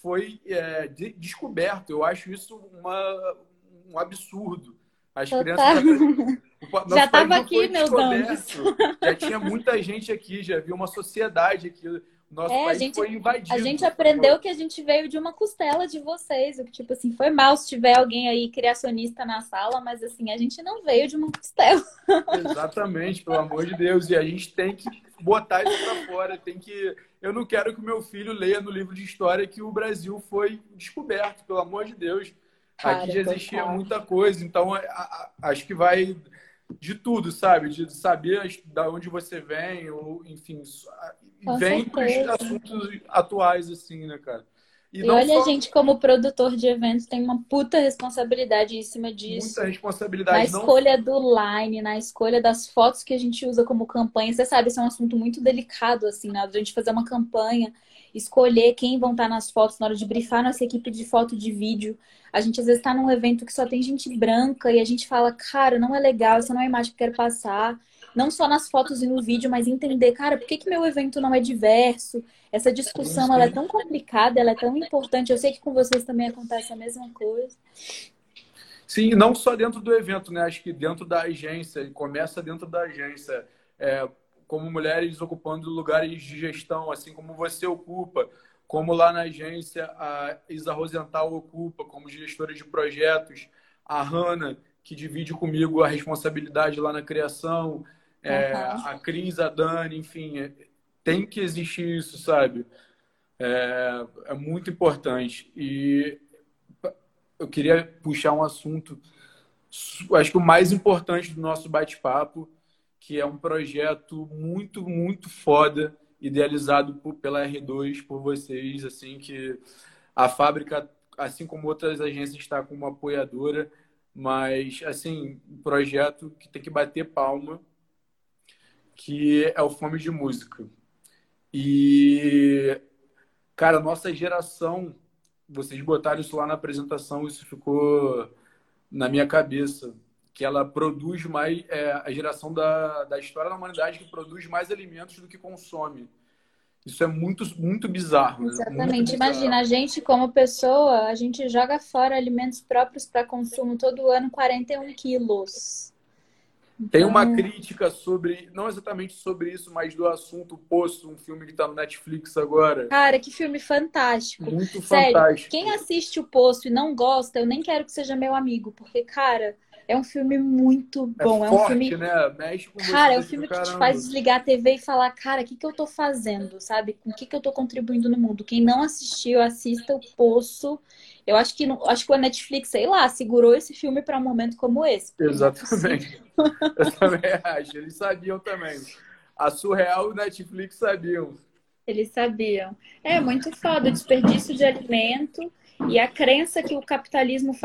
foi descoberto. Eu acho isso um absurdo. As Total. crianças nosso Já país estava não foi aqui, meus anjos. descoberto. Já tinha muita gente aqui, já havia uma sociedade aqui. O nosso É, país foi a invadido. gente aprendeu que a gente veio de uma costela de vocês. O que, tipo assim, foi mal se tiver alguém aí criacionista na sala, mas assim, a gente não veio de uma costela. Exatamente, pelo amor de Deus. E a gente tem que botar isso para fora. Eu não quero que o meu filho leia no livro de história que o Brasil foi descoberto, pelo amor de Deus. Aqui Cara, já existia total. muita coisa. Então, acho que vai de tudo, sabe? De saber da onde você vem, ou enfim, Com vem para os certeza. assuntos atuais, assim, né, cara? E E não olha, a só gente, como produtor de eventos, tem uma puta responsabilidade em cima muita disso. Na responsabilidade, não escolha do line, na escolha das fotos que a gente usa como campanha. Você sabe, isso é um assunto muito delicado, assim, na hora de a gente fazer uma campanha, escolher quem vão estar nas fotos, na hora de brifar nossa equipe de foto e de vídeo. A gente, às vezes, está num evento que só tem gente branca e a gente fala, cara, não é legal, essa não é a imagem que eu quero passar. Não só nas fotos e no vídeo, mas entender, cara, por que que meu evento não é diverso? Essa discussão, ela é tão complicada, ela é tão importante. Eu sei que com vocês também acontece a mesma coisa. Sim, não só dentro do evento, né? Acho que dentro da agência, e começa dentro da agência, como mulheres ocupando lugares de gestão, assim como você ocupa, como lá na agência a Isa Rosenthal ocupa, como gestora de projetos, a Hanna, que divide comigo a responsabilidade lá na criação, a Cris, a Dani, enfim, tem que existir isso, sabe? É muito importante. E eu queria puxar um assunto, acho que o mais importante do nosso bate-papo, que é um projeto muito, muito foda, idealizado pela R2, por vocês, assim, que a fábrica, assim como outras agências, está como apoiadora, mas, assim, um projeto que tem que bater palma, que é o Fome de Música. E, cara, nossa geração, vocês botaram isso lá na apresentação, isso ficou na minha cabeça, que ela produz mais, a geração da história da humanidade que produz mais alimentos do que consome. Isso é muito, muito bizarro, né? Muito Exatamente. Imagina, bizarro. a gente como pessoa, a gente joga fora alimentos próprios para consumo todo ano, 41 quilos. Tem uma Então, crítica sobre, não exatamente sobre isso, mas do assunto Poço, um filme que está no Netflix agora. cara, que filme fantástico. Muito Sério, fantástico. quem assiste O Poço e não gosta, eu nem quero que seja meu amigo, porque, cara, é um filme muito bom. É um Forte, filme, né? Mexe com cara, é um você do filme que te caramba. faz desligar a TV e falar, cara, o que que eu tô fazendo, sabe? Com o que que eu tô contribuindo no mundo? Quem não assistiu, assista O Poço. Eu acho que, acho que a Netflix, sei lá, segurou esse filme para um momento como esse. Porque não é possível. Exatamente. Eu também acho. Eles sabiam também. A Surreal e o Netflix sabiam. Eles sabiam. É muito foda, o desperdício de alimento e a crença que o capitalismo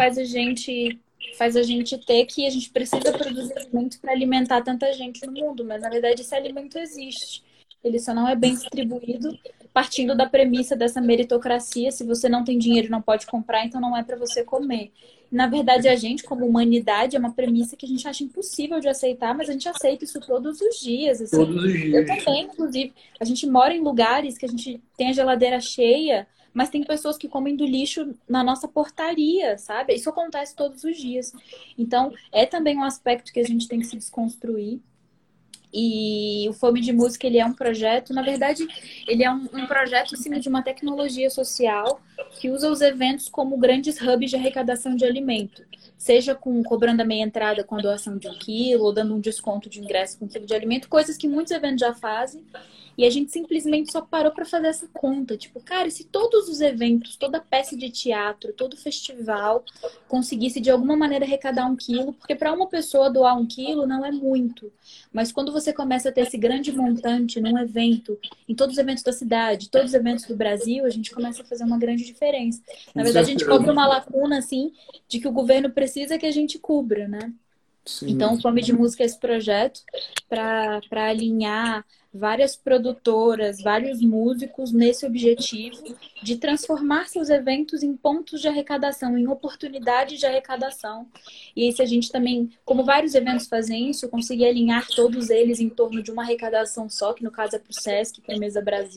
faz a gente ter que a gente precisa produzir alimento para alimentar tanta gente no mundo, mas na verdade esse alimento existe. Ele só não é bem distribuído, partindo da premissa dessa meritocracia, se você não tem dinheiro e não pode comprar, então não é para você comer. Na verdade, a gente, como humanidade, é uma premissa que a gente acha impossível de aceitar, mas a gente aceita isso todos os dias, assim. Todos os Eu dias. também, inclusive, a gente mora em lugares que a gente tem a geladeira cheia, mas tem pessoas que comem do lixo na nossa portaria, sabe? Isso acontece todos os dias. Então, é também um aspecto que a gente tem que se desconstruir. E o Fome de Música, ele é um projeto, na verdade, ele é um projeto em cima de uma tecnologia social que usa os eventos como grandes hubs de arrecadação de alimento. Seja cobrando a meia entrada com a doação de 1 quilo, ou dando um desconto de ingresso com 1 quilo de alimento, coisas que muitos eventos já fazem. E a gente simplesmente só parou para fazer essa conta. Tipo, cara, e se todos os eventos, toda peça de teatro, todo festival conseguisse de alguma maneira arrecadar 1 quilo, porque para uma pessoa doar 1 quilo não é muito. Mas quando você começa a ter esse grande montante num evento, em todos os eventos da cidade, todos os eventos do Brasil, a gente começa a fazer uma grande diferença. Na verdade, a gente cobra uma lacuna, assim, de que o governo precisa que a gente cubra, né? Sim. Então, o Fome de Música é esse projeto para alinhar várias produtoras, vários músicos nesse objetivo de transformar seus eventos em pontos de arrecadação, em oportunidades de arrecadação. E aí, se a gente também, como vários eventos fazem isso, conseguir alinhar todos eles em torno de uma arrecadação só, que no caso é para o Sesc, para a Mesa Brasil,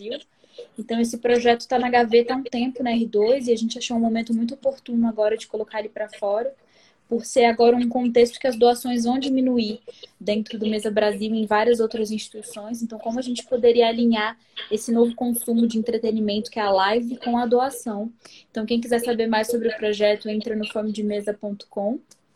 Então, esse projeto está na gaveta há um tempo na R2 e a gente achou um momento muito oportuno agora de colocar ele para fora, por ser agora um contexto que as doações vão diminuir dentro do Mesa Brasil e em várias outras instituições. Então, como a gente poderia alinhar esse novo consumo de entretenimento, que é a live, com a doação? Então, quem quiser saber mais sobre o projeto, entra no fomedemesa.com.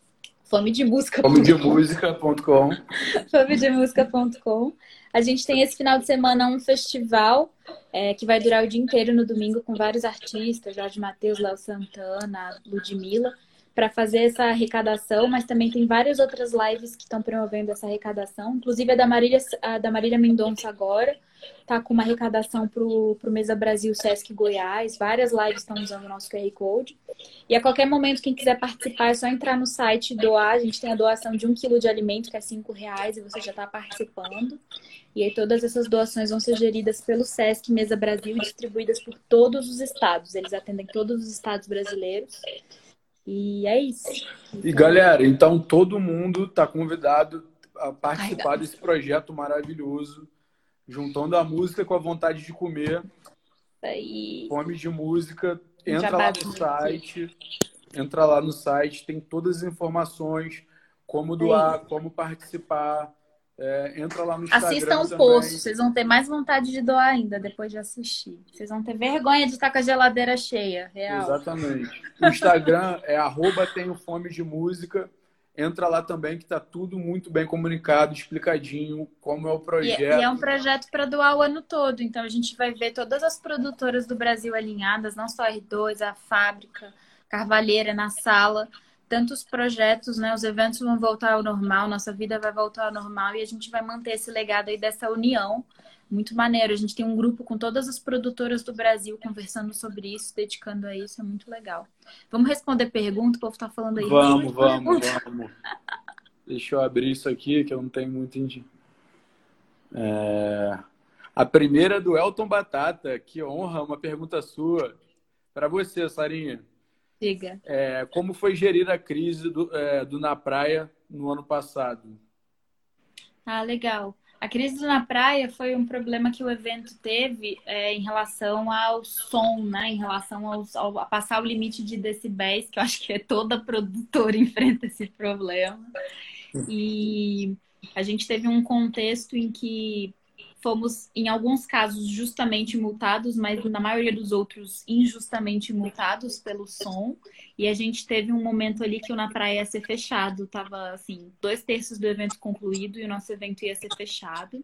Fomedemúsica.com. Fomedemúsica.com. A gente tem esse final de semana um festival que vai durar o dia inteiro no domingo com vários artistas, Jorge Mateus, Léo Santana, Ludmilla, para fazer essa arrecadação, mas também tem várias outras lives que estão promovendo essa arrecadação, inclusive a da Marília Mendonça agora, tá com uma arrecadação para o Mesa Brasil Sesc Goiás, várias lives estão usando o nosso QR Code. E a qualquer momento, quem quiser participar, é só entrar no site e doar. A gente tem a doação de 1 quilo de alimento, que é R$5, e você já está participando. E aí todas essas doações vão ser geridas pelo Sesc Mesa Brasil e distribuídas por todos os estados. Eles atendem todos os estados brasileiros. E é isso. E galera, então todo mundo está convidado a participar desse projeto maravilhoso, juntando a música com a vontade de comer. Aí. Fome de Música. Entra lá no site, tem todas as informações, como doar, como participar. Entra lá no Instagram. Assistam o também. post, vocês vão ter mais vontade de doar ainda depois de assistir. Vocês vão ter vergonha de estar com a geladeira cheia, real. Exatamente. O Instagram é @tenhofomedemúsica. Entra lá também, que está tudo muito bem comunicado, explicadinho, como é o projeto. E é um projeto para doar o ano todo. Então, a gente vai ver todas as produtoras do Brasil alinhadas, não só a R2, a Fábrica, Carvalheira na sala. Tantos projetos, né? Os eventos vão voltar ao normal, nossa vida vai voltar ao normal e a gente vai manter esse legado aí dessa união. Muito maneiro. A gente tem um grupo com todas as produtoras do Brasil conversando sobre isso, dedicando a isso. É muito legal. Vamos responder pergunta? O povo tá falando aí. Vamos. Deixa eu abrir isso aqui, que eu não tenho muito... A primeira é do Elton Batata. Que honra, uma pergunta sua. Para você, Sarinha. Diga. Como foi gerir a crise do Na Praia no ano passado? Ah, legal. A crise do Na Praia foi um problema que o evento teve em relação ao som, né? Em relação a passar o limite de decibéis, que eu acho que toda produtora enfrenta esse problema. E a gente teve um contexto em que fomos, em alguns casos, justamente multados, mas na maioria dos outros, injustamente multados pelo som. E a gente teve um momento ali que o Na Praia ia ser fechado. Tava, assim, 2/3 do evento concluído e o nosso evento ia ser fechado.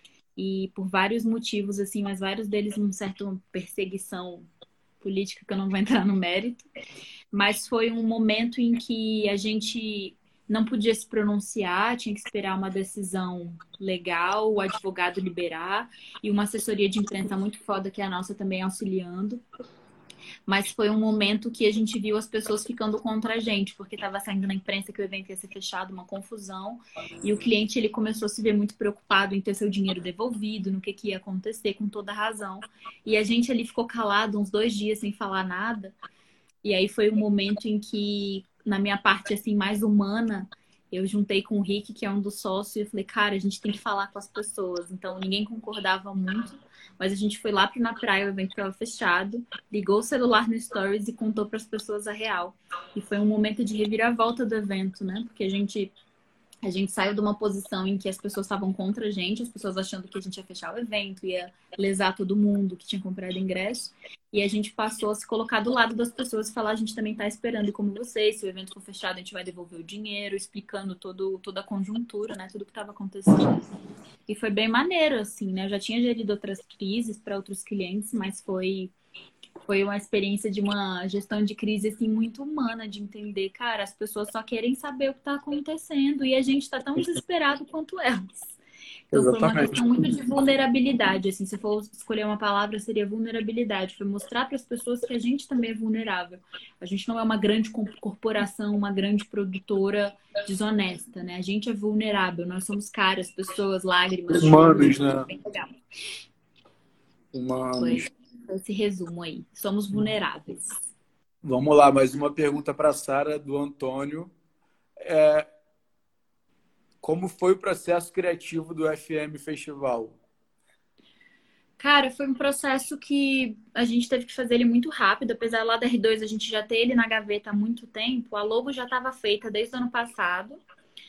E por vários motivos, assim, mas vários deles uma certa perseguição política, que eu não vou entrar no mérito. Mas foi um momento em que a gente não podia se pronunciar, tinha que esperar uma decisão legal, o advogado liberar, e uma assessoria de imprensa muito foda, que é a nossa também auxiliando. Mas foi um momento que a gente viu as pessoas ficando contra a gente, porque estava saindo na imprensa que o evento ia ser fechado, uma confusão, e o cliente ele começou a se ver muito preocupado em ter seu dinheiro devolvido, no que ia acontecer, com toda razão. E a gente ali ficou calado uns 2 dias sem falar nada, e aí foi um momento em que, na minha parte assim mais humana, eu juntei com o Rick, que é um dos sócios, e eu falei, cara, a gente tem que falar com as pessoas. Então, ninguém concordava muito, mas a gente foi lá Na Praia, o evento estava fechado, ligou o celular no Stories e contou para as pessoas a real. E foi um momento de reviravolta do evento, né? Porque a gente saiu de uma posição em que as pessoas estavam contra a gente, as pessoas achando que a gente ia fechar o evento, ia lesar todo mundo que tinha comprado ingresso. E a gente passou a se colocar do lado das pessoas e falar, a gente também está esperando, e como vocês, se o evento for fechado, a gente vai devolver o dinheiro, explicando toda a conjuntura, né? Tudo que estava acontecendo. E foi bem maneiro, assim, né? Eu já tinha gerido outras crises para outros clientes, mas foi uma experiência de uma gestão de crise, assim, muito humana, de entender, cara, as pessoas só querem saber o que está acontecendo e a gente está tão desesperado quanto elas. Então, foi uma questão muito de vulnerabilidade, assim, se for escolher uma palavra, seria vulnerabilidade. Foi mostrar para as pessoas que a gente também é vulnerável. A gente não é uma grande corporação, uma grande produtora desonesta, né? A gente é vulnerável, nós somos caras, pessoas, lágrimas. Humanos, né? Bem legal. Humanos. Foi esse resumo aí. Somos vulneráveis. Vamos lá, mais uma pergunta para a Sara, do Antônio. Como foi o processo criativo do FM Festival? Cara, foi um processo que a gente teve que fazer ele muito rápido, apesar lá da R2 a gente já ter ele na gaveta há muito tempo, a logo já estava feita desde o ano passado,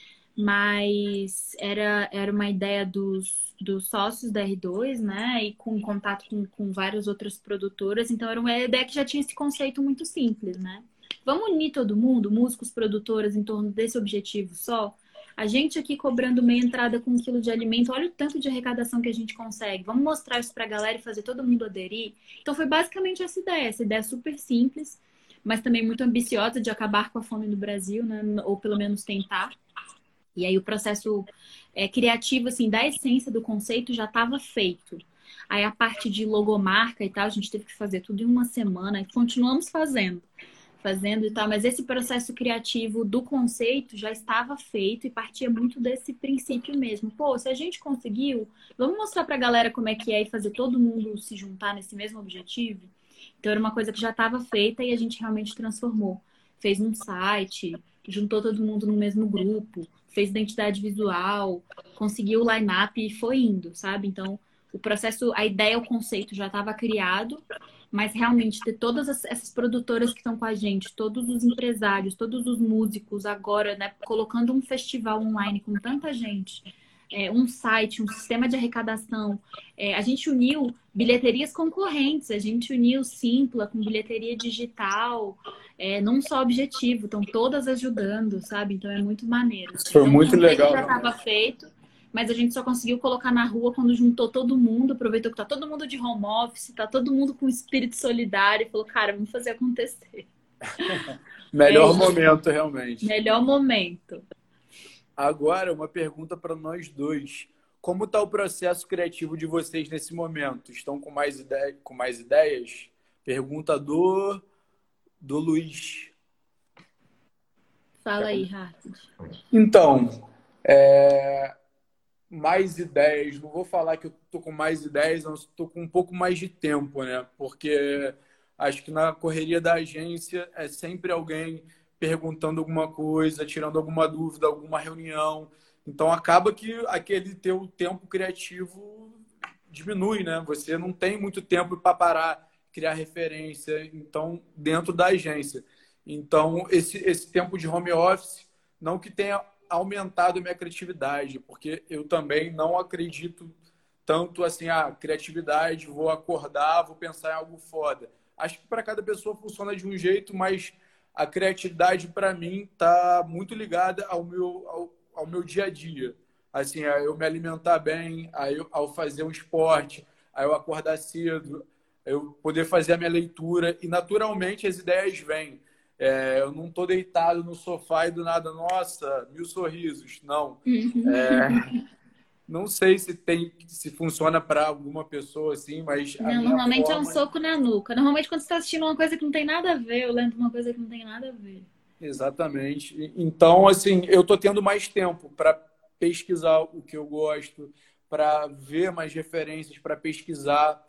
mas era uma ideia dos sócios da R2, né? E com contato com várias outras produtoras, então era uma ideia que já tinha esse conceito muito simples, né? Vamos unir todo mundo, músicos, produtoras, em torno desse objetivo só? A gente aqui cobrando meia entrada com 1 quilo de alimento, olha o tanto de arrecadação que a gente consegue. Vamos mostrar isso pra galera e fazer todo mundo aderir. Então foi basicamente essa ideia super simples, mas também muito ambiciosa de acabar com a fome no Brasil, né? Ou pelo menos tentar. E aí o processo criativo, assim, da essência do conceito já estava feito. Aí a parte de logomarca e tal, a gente teve que fazer tudo em uma semana e continuamos fazendo e tal, mas esse processo criativo do conceito já estava feito e partia muito desse princípio mesmo. Pô, se a gente conseguiu, vamos mostrar pra galera como é que é e fazer todo mundo se juntar nesse mesmo objetivo? Então era uma coisa que já estava feita e a gente realmente transformou. Fez um site, juntou todo mundo no mesmo grupo, fez identidade visual, conseguiu o line-up e foi indo, sabe? Então, o processo, a ideia, o conceito já estava criado, mas realmente ter todas essas produtoras que estão com a gente, todos os empresários, todos os músicos agora, né, colocando um festival online com tanta gente, um site, um sistema de arrecadação. A gente uniu bilheterias concorrentes, a gente uniu Simpla com bilheteria digital, num só objetivo, estão todas ajudando, sabe? Então é muito maneiro. Isso foi Então, muito o conceito legal. já estava feito, mas a gente só conseguiu colocar na rua quando juntou todo mundo, aproveitou que tá todo mundo de home office, tá todo mundo com espírito solidário e falou, cara, vamos fazer acontecer. Melhor momento, realmente. Melhor momento. Agora, uma pergunta para nós dois. Como está o processo criativo de vocês nesse momento? Estão com mais ideias? Pergunta do Luiz. Fala aí, Hard. Então, mais ideias. Não vou falar que eu tô com mais ideias, eu estou com um pouco mais de tempo, né? Porque acho que na correria da agência é sempre alguém perguntando alguma coisa, tirando alguma dúvida, alguma reunião. Então acaba que aquele teu tempo criativo diminui, né? Você não tem muito tempo para parar, criar referência, então dentro da agência. Então esse tempo de home office, não que tenha aumentado a minha criatividade, porque eu também não acredito tanto assim, criatividade, vou acordar, vou pensar em algo foda. Acho que para cada pessoa funciona de um jeito, mas a criatividade para mim tá muito ligada ao meu dia a dia. Assim, a eu me alimentar bem, ao fazer um esporte, a eu acordar cedo, a eu poder fazer a minha leitura e naturalmente as ideias vêm. Eu não estou deitado no sofá e do nada, nossa, 1000 sorrisos. Não. Não sei se funciona para alguma pessoa assim, mas a Não, minha normalmente é um forma. soco na nuca. Normalmente quando você está assistindo uma coisa que não tem nada a ver, eu lendo uma coisa que não tem nada a ver. Exatamente. Então, assim, eu tô tendo mais tempo para pesquisar o que eu gosto, para ver mais referências, para pesquisar.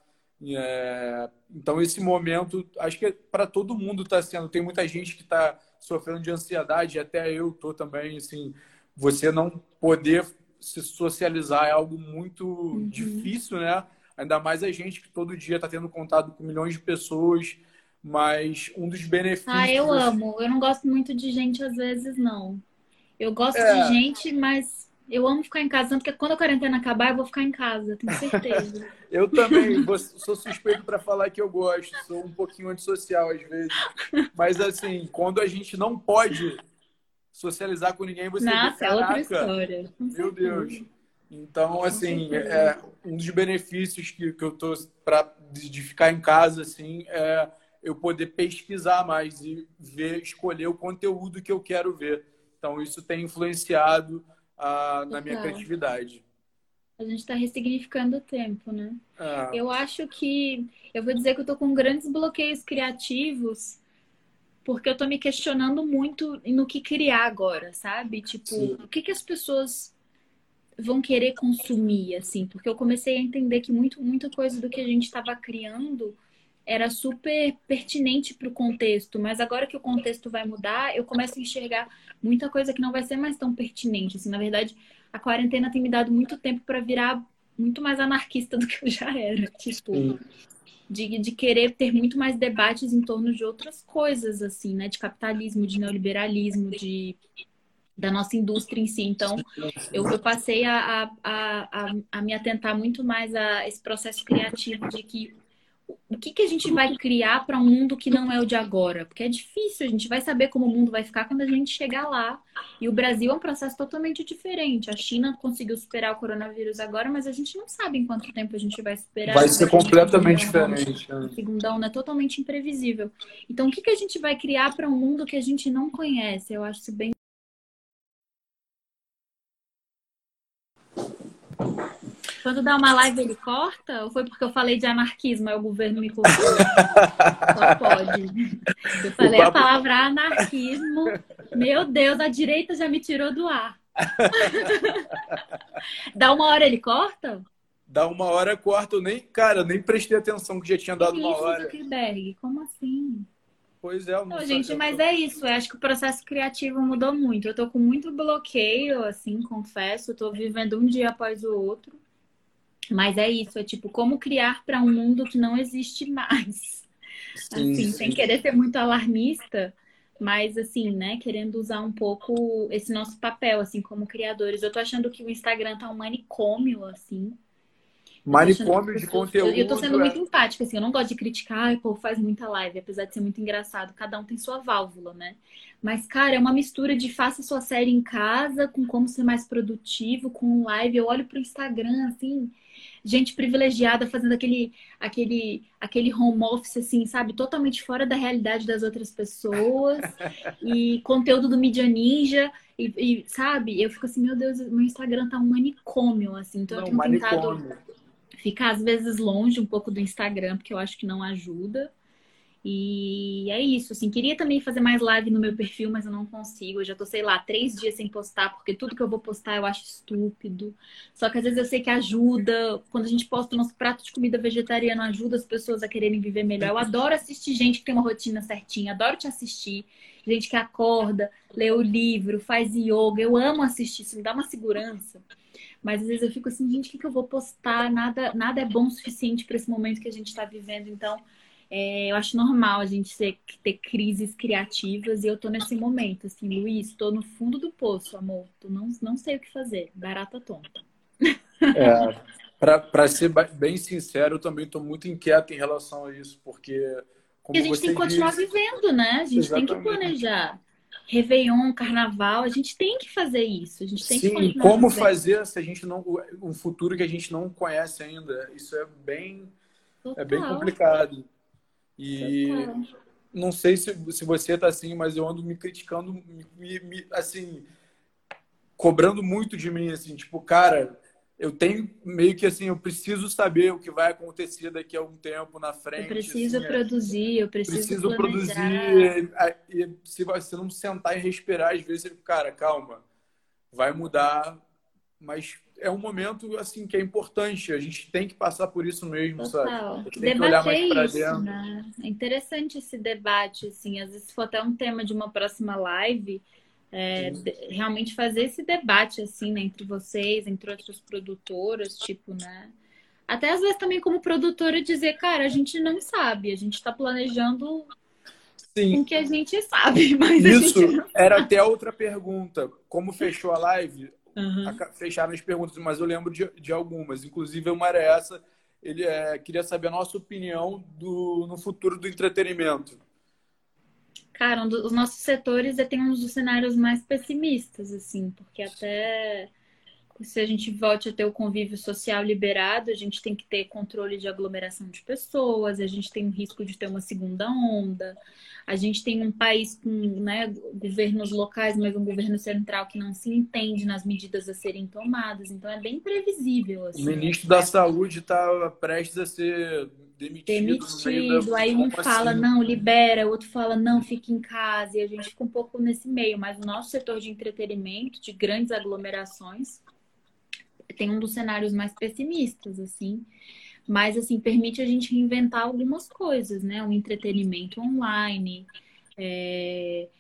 Então, esse momento, acho que para todo mundo está sendo. Tem muita gente que está sofrendo de ansiedade, até eu tô também. Assim, você não poder se socializar é algo muito difícil, né? Ainda mais a gente que todo dia está tendo contato com milhões de pessoas. Mas um dos Ah, eu benefícios. amo. Eu não gosto muito de gente às vezes, não. Eu gosto de gente, mas eu amo ficar em casa. Tanto que quando a quarentena acabar, eu vou ficar em casa, tenho certeza. Eu também sou suspeito para falar que eu gosto, sou um pouquinho antissocial às vezes. Mas assim, quando a gente não pode socializar com ninguém, você vê, Nossa, é outra caraca, história. Com meu certeza. Deus. Então, assim, certeza. um dos benefícios que eu tô de ficar em casa, assim, é eu poder pesquisar mais e escolher o conteúdo que eu quero ver. Então, isso tem influenciado na minha Total. criatividade. A gente está ressignificando o tempo, né? Ah, Eu acho que... Eu vou dizer que eu tô com grandes bloqueios criativos porque eu tô me questionando muito no que criar agora, sabe? Tipo, sim. o que que as pessoas vão querer consumir, assim? Porque eu comecei a entender que muita coisa do que a gente estava criando era super pertinente para o contexto, mas agora que o contexto vai mudar, eu começo a enxergar muita coisa que não vai ser mais tão pertinente. Assim, na verdade, a quarentena tem me dado muito tempo para virar muito mais anarquista do que eu já era. Tipo, Sim. de querer ter muito mais debates em torno de outras coisas, assim, né? De capitalismo, de neoliberalismo, da nossa indústria em si. Então, eu passei a me atentar muito mais a esse processo criativo de que o que a gente vai criar para um mundo que não é o de agora? Porque é difícil, a gente vai saber como o mundo vai ficar quando a gente chegar lá. E o Brasil é um processo totalmente diferente. A China conseguiu superar o coronavírus agora, mas a gente não sabe em quanto tempo a gente vai superar. Vai Se ser vai ter uma completamente segunda onda. diferente, A né? segunda onda é totalmente imprevisível. Então, o que a gente vai criar para um mundo que a gente não conhece? Eu acho isso bem. Quando dá uma live, ele corta? Ou foi porque eu falei de anarquismo, aí o governo me cortou? Só pode. Eu falei a palavra anarquismo. Meu Deus, a direita já me tirou do ar. Dá uma hora, ele corta? Dá uma hora, corta. Cara, eu nem prestei atenção que já tinha Que dado uma isso, hora. Zuckerberg? Como assim? Pois é, eu Não, não gente, sei. mas é isso. Eu acho que o processo criativo mudou muito. Eu tô com muito bloqueio, assim, confesso. Eu tô vivendo um dia após o outro. Mas é isso, é tipo, como criar para um mundo que não existe mais. Sim, Assim, sem sim. querer ser muito alarmista, mas assim, né, querendo usar um pouco esse nosso papel, assim, como criadores. Eu tô achando que o Instagram tá um manicômio, assim. Eu tô achando que as Manicômio de pessoas. Eu tô sendo conteúdo. muito empática, assim, eu não gosto de criticar, ai, pô, faz muita live, apesar de ser muito engraçado, cada um tem sua válvula, né? Mas, cara, é uma mistura de faça sua série em casa, com como ser mais produtivo, com live. Eu olho pro Instagram, assim, gente privilegiada fazendo aquele home office, assim, sabe? Totalmente fora da realidade das outras pessoas. E conteúdo do Mídia Ninja. Sabe? Eu fico assim, meu Deus, meu Instagram tá um manicômio, assim. Então eu Não, tenho tentado manicômio. ficar, às vezes, longe um pouco do Instagram, porque eu acho que não ajuda. E é isso, assim, queria também fazer mais live no meu perfil, mas eu não consigo. Eu já tô, sei lá, 3 dias sem postar, porque tudo que eu vou postar eu acho estúpido. Só que às vezes eu sei que ajuda. Quando a gente posta o nosso prato de comida vegetariana, ajuda as pessoas a quererem viver melhor. Eu adoro assistir gente que tem uma rotina certinha, adoro te assistir. Gente que acorda, lê o livro, faz yoga. Eu amo assistir, isso me dá uma segurança. Mas às vezes eu fico assim, gente, o que eu vou postar? Nada é bom o suficiente para esse momento que a gente está vivendo. Então, eu acho normal a gente ter crises criativas e eu tô nesse momento, assim, Luiz, tô no fundo do poço, amor. Tu não sei o que fazer. Barata tonta. É, para ser bem sincero, eu também estou muito inquieto em relação a isso, porque, E a como gente tem você que continuar disse, vivendo, né? A gente tem que exatamente. planejar. Réveillon, carnaval, a gente tem que fazer isso. A gente tem que Sim, continuar como vivendo. fazer se a gente não, um futuro que a gente não conhece ainda? Isso é bem Total, complicado. E total. não sei se você está assim, mas eu ando me criticando, assim, cobrando muito de mim, assim, tipo, cara, eu tenho meio que assim, eu preciso saber o que vai acontecer daqui a um tempo na Eu frente, preciso assim, produzir, eu preciso preciso planejar. produzir, e se você não sentar e respirar, às vezes, cara, calma, vai mudar, mas é um momento assim que é importante, a gente tem que passar por isso mesmo, sabe? Total. A gente tem que olhar Debater mais para isso, dentro. né? É interessante esse debate, assim, às vezes se for até um tema de uma próxima live, realmente fazer esse debate, assim, né, entre vocês, entre outras produtoras, tipo, né? Até às vezes também como produtora dizer, cara, a gente não sabe, a gente tá planejando com o Sim, que a gente sabe, mas a gente isso não era sabe. até outra pergunta. Como fechou a live, Uhum. fecharam as perguntas, mas eu lembro de algumas. Inclusive, uma era essa. Ele queria saber a nossa opinião no futuro do entretenimento. Cara, os nossos setores tem uns dos cenários mais pessimistas, assim, porque até se a gente volte a ter o convívio social liberado, a gente tem que ter controle de aglomeração de pessoas, a gente tem o risco de ter uma segunda onda, a gente tem um país com, né, governos locais, mas um governo central que não se entende nas medidas a serem tomadas, então é bem previsível, O assim, a ministro gente da vai Saúde está prestes a ser demitido no meio da. demitido, aí um Como fala assim? não, libera, o outro fala não, fica em casa, e a gente fica um pouco nesse meio, mas o nosso setor de entretenimento, de grandes aglomerações, tem um dos cenários mais pessimistas, assim, mas assim, permite a gente reinventar algumas coisas, né? Um entretenimento online,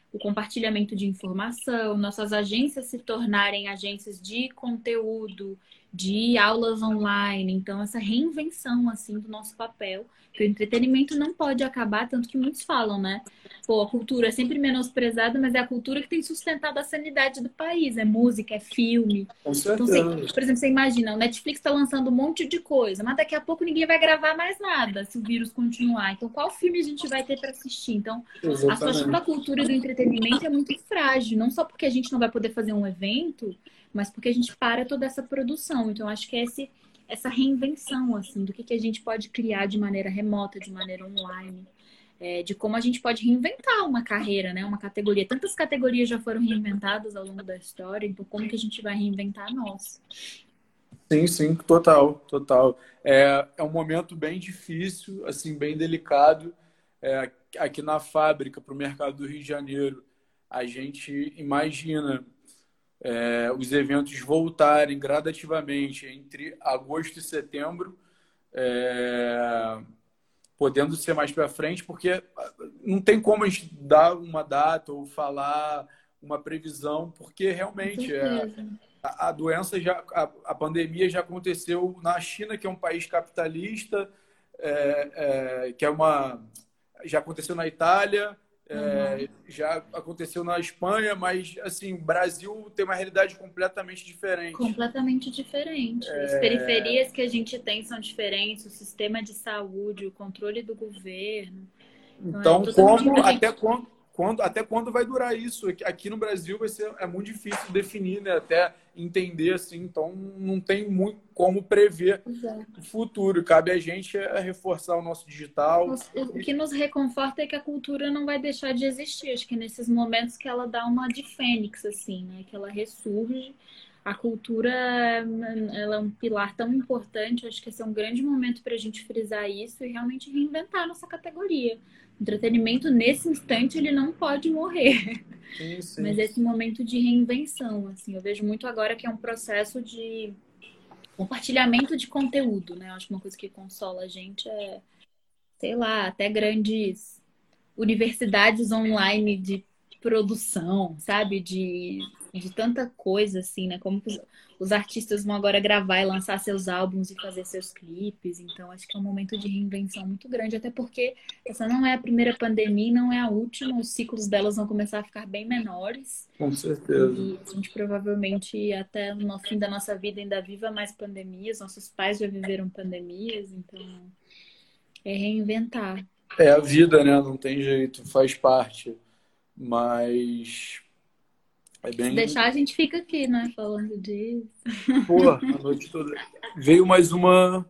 o compartilhamento de informação, nossas agências se tornarem agências de conteúdo, de aulas online. Então, essa reinvenção, assim, do nosso papel, que o entretenimento não pode acabar, tanto que muitos falam, né? Pô, a cultura é sempre menosprezada, mas é a cultura que tem sustentado a sanidade do país. É música, é filme. Com Então, assim, certeza. por exemplo, você imagina, o Netflix está lançando um monte de coisa, mas daqui a pouco ninguém vai gravar mais nada se o vírus continuar. Então, qual filme a gente vai ter para assistir? Então, a situação da Exatamente. cultura e do entretenimento é muito frágil, não só porque a gente não vai poder fazer um evento, mas porque a gente para toda essa produção. Então, acho que é essa reinvenção, assim, do que a gente pode criar de maneira remota, de maneira online, de como a gente pode reinventar uma carreira, né? Uma categoria. Tantas categorias já foram reinventadas ao longo da história, então como que a gente vai reinventar a nossa? Sim, sim, total, total. É um momento bem difícil, assim, bem delicado. Aqui na fábrica, para o mercado do Rio de Janeiro, a gente imagina os eventos voltarem gradativamente entre agosto e setembro, é, podendo ser mais para frente, porque não tem como a gente dar uma data ou falar uma previsão, porque Com realmente certeza. a doença a pandemia já aconteceu na China, que é um país capitalista, que já aconteceu na Itália, Uhum. já aconteceu na Espanha, mas assim, o Brasil tem uma realidade completamente diferente. Completamente diferente. As periferias que a gente tem são diferentes, o sistema de saúde, o controle do governo. Então é Então, totalmente até diferente. até quando vai durar isso? Aqui no Brasil é muito difícil definir, né? Até entender assim. Então, não tem muito como prever o futuro. Cabe a gente reforçar o nosso digital. O que nos reconforta é que a cultura não vai deixar de existir. Acho que é nesses momentos que ela dá uma de fênix, assim, né? Que ela ressurge. A cultura, ela é um pilar tão importante. Acho que esse é um grande momento para a gente frisar isso e realmente reinventar a nossa categoria. O entretenimento, nesse instante, ele não pode morrer. Sim, Mas sim. esse momento de reinvenção, assim, eu vejo muito agora que é um processo de compartilhamento de conteúdo, né? Eu acho que uma coisa que consola a gente é, sei lá, até grandes universidades online de produção, sabe? De tanta coisa, assim, né? Como que os artistas vão agora gravar e lançar seus álbuns e fazer seus clipes. Então, acho que é um momento de reinvenção muito grande, até porque essa não é a primeira pandemia, não é a última. Os ciclos delas vão começar a ficar bem menores. Com certeza. E a gente provavelmente, até no fim da nossa vida, ainda viva mais pandemias. Nossos pais já viveram pandemias, então é reinventar. É a vida, né? Não tem jeito, faz parte. Mas é Se bem. deixar, a gente fica aqui, né? Falando disso. Pô, a noite toda. Veio mais uma.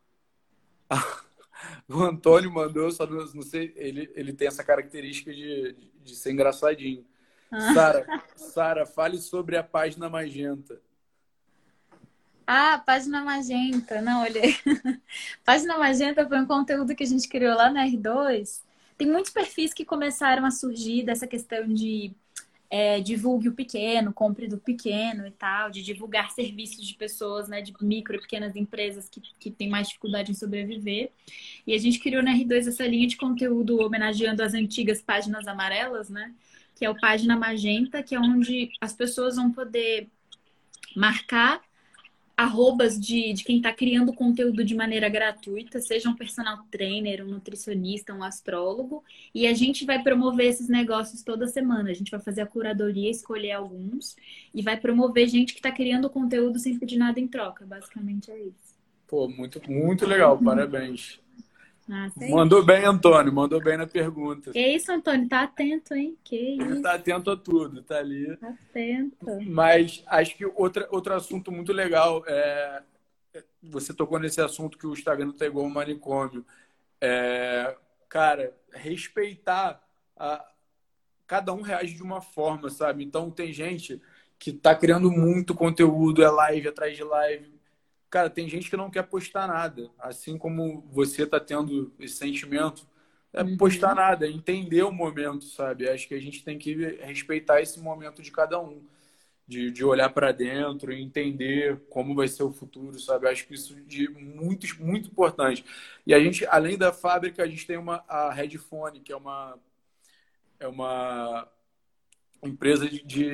O Antônio mandou, só não sei, ele tem essa característica de ser engraçadinho. Sara, fale sobre a página Magenta. Ah, página Magenta. Não, olhei. Página Magenta foi um conteúdo que a gente criou lá na R2. Tem muitos perfis que começaram a surgir dessa questão de divulgue o pequeno, compre do pequeno e tal, de divulgar serviços de pessoas, né, de micro e pequenas empresas que têm mais dificuldade em sobreviver. E a gente criou na R2 essa linha de conteúdo homenageando as antigas páginas amarelas, né? Que é o Página Magenta, que é onde as pessoas vão poder marcar arrobas de quem está criando conteúdo de maneira gratuita, seja um personal trainer, um nutricionista, um astrólogo, e a gente vai promover esses negócios toda semana. A gente vai fazer a curadoria, escolher alguns, e vai promover gente que está criando conteúdo sem pedir nada em troca. Basicamente é isso. Pô, muito, muito legal, parabéns. Ah, sei. Mandou bem, Antônio, mandou bem na pergunta. Que isso, Antônio? Tá atento, hein? Que Ele isso, tá atento a tudo, tá ali. tá atento. Mas acho que outro assunto muito legal você tocou nesse assunto que o Instagram tá igual um manicômio. Cara, respeitar cada um reage de uma forma, sabe? Então tem gente que tá criando muito conteúdo, é live atrás de live. Cara, tem gente que não quer postar nada. Assim como você tá tendo esse sentimento, postar nada, é entender o momento, sabe? Acho que a gente tem que respeitar esse momento de cada um. De olhar para dentro e entender como vai ser o futuro, sabe? Acho que isso é muito, muito importante. E a gente, além da fábrica, a gente tem a Headphone, que é uma empresa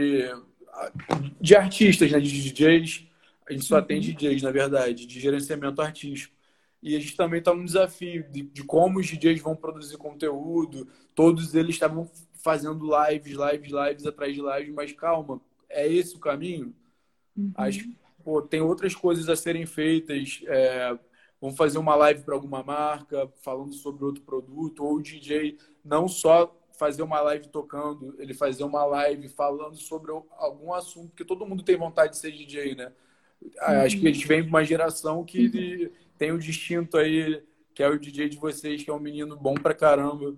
de artistas, né? De DJs. A gente só tem DJs, na verdade, de gerenciamento artístico. E a gente também está num desafio de como os DJs vão produzir conteúdo. Todos eles estavam fazendo lives atrás de lives, mas calma, é esse o caminho? Acho que tem outras coisas a serem feitas. Vamos fazer uma live para alguma marca, falando sobre outro produto, ou o DJ não só fazer uma live tocando, ele fazer uma live falando sobre algum assunto, porque todo mundo tem vontade de ser DJ, né? Acho que a gente vem de uma geração que tem o distinto aí, que é o DJ de vocês, que é um menino bom pra caramba.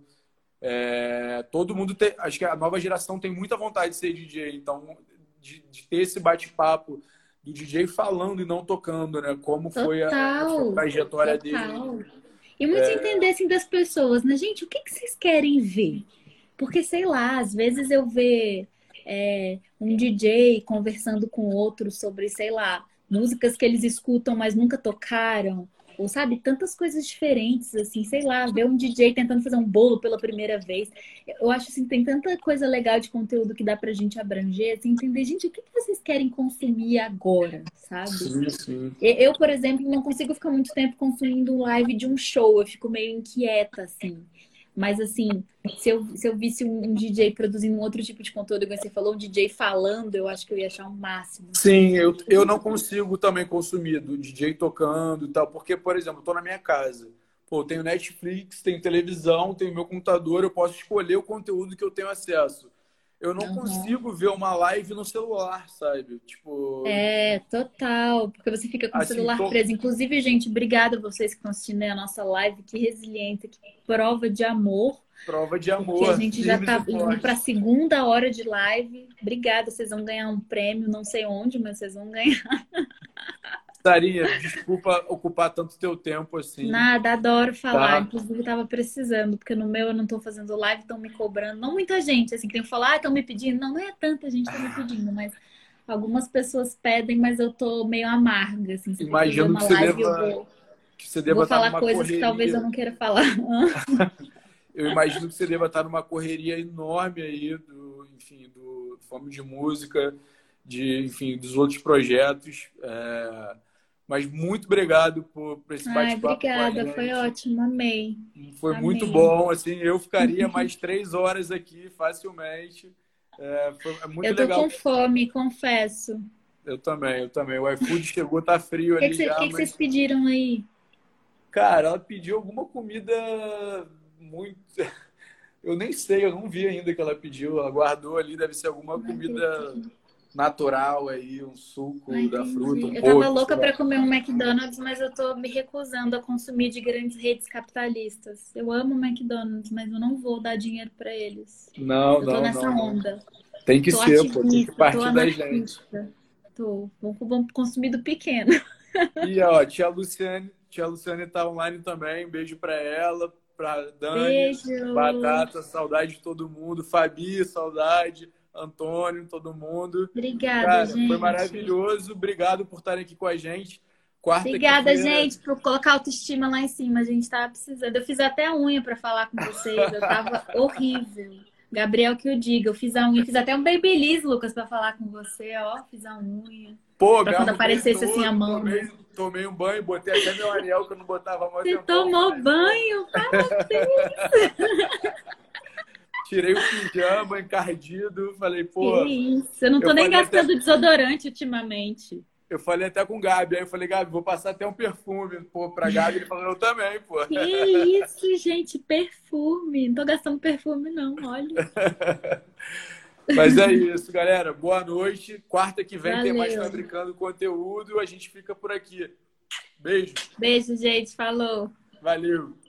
Todo mundo tem... Acho que a nova geração tem muita vontade de ser DJ, então de ter esse bate-papo do DJ falando e não tocando, né? Como foi a trajetória dele. E muito entender assim, das pessoas, né? Gente, o que vocês querem ver? Porque, sei lá, às vezes eu vejo um DJ conversando com outro sobre, sei lá, músicas que eles escutam, mas nunca tocaram. Ou, sabe, tantas coisas diferentes, assim, sei lá, ver um DJ tentando fazer um bolo pela primeira vez. Eu acho, assim, tem tanta coisa legal de conteúdo que dá pra gente abranger, assim, entender, gente, o que vocês querem consumir agora, sabe? Sim. Eu, por exemplo, não consigo ficar muito tempo consumindo live de um show, eu fico meio inquieta, assim. Mas, assim, se eu visse um DJ produzindo um outro tipo de conteúdo, igual você falou, um DJ falando, eu acho que eu ia achar o máximo. Sim, eu não consigo também consumir do DJ tocando e tal, porque, por exemplo, eu tô na minha casa. Pô, eu tenho Netflix, tenho televisão, tenho meu computador, eu posso escolher o conteúdo que eu tenho acesso. Eu não consigo ver uma live no celular, sabe? Tipo... Total. Porque você fica com o celular preso. Inclusive, gente, obrigada a vocês que estão assistindo a nossa live. Que resiliência, que prova de amor. Prova de amor. Que a gente já tá indo para a segunda hora de live. Obrigada, vocês vão ganhar um prêmio. Não sei onde, mas vocês vão ganhar. Sarinha, desculpa ocupar tanto teu tempo assim. Nada, adoro falar. Inclusive, eu tava precisando, porque no meu eu não tô fazendo live, estão me cobrando. Não muita gente, assim, que tem que falar, estão me pedindo. Não é tanta gente que tá me pedindo, mas algumas pessoas pedem, mas eu tô meio amarga, assim. Se imagino uma live, eu vou falar coisas correria. Que talvez eu não queira falar. Eu imagino que você deva estar numa correria enorme aí do Fome de Música, dos outros projetos. Mas muito obrigado por esse bate-papo. Obrigada, foi ótimo, amei. Foi muito bom, assim, eu ficaria mais 3 horas aqui facilmente. Foi muito legal. Eu tô com fome, confesso. Eu também. O iFood chegou, tá frio ali já. O que vocês pediram aí? Cara, ela pediu alguma comida muito... Eu nem sei, eu não vi ainda que ela pediu. Ela guardou ali, deve ser alguma comida... natural aí, um suco da fruta, eu tava louca para comer um McDonald's, mas eu tô me recusando a consumir de grandes redes capitalistas. Eu amo o McDonald's, mas eu não vou dar dinheiro para eles. Eu tô nessa onda. Tem que ser, pô, tem que partir da gente. Vamos consumir do pequeno. E ó, tia Luciane tá online também, beijo para ela, para Dani, beijo. Batata, saudade de todo mundo, Fabi, saudade. Antônio, todo mundo. Obrigada, cara, gente. Foi maravilhoso. Obrigado por estarem aqui com a gente. Obrigada, gente, por colocar a autoestima lá em cima. A gente tava precisando. Eu fiz até a unha para falar com vocês. Eu tava horrível. Gabriel que eu diga. Eu fiz a unha. Fiz até um babyliss, Lucas, para falar com você. Ó, fiz a unha. Pô, pra quando aparecesse assim a mão. Tomei um banho, botei até meu anel que eu não botava mais. Você tomou banho? Parabéns! Tirei o pijama encardido, falei, pô... Que isso, eu não tô nem gastando desodorante ultimamente. Eu falei até com o Gabi, aí eu falei, Gabi, vou passar até um perfume, pô, pra Gabi. Ele falou, eu também, pô. Que isso, gente, perfume. Não tô gastando perfume, não, olha. Mas é isso, galera. Boa noite. Quarta que vem tem mais Valeu. Fabricando Conteúdo. A gente fica por aqui. Beijo. Beijo, gente. Falou. Valeu.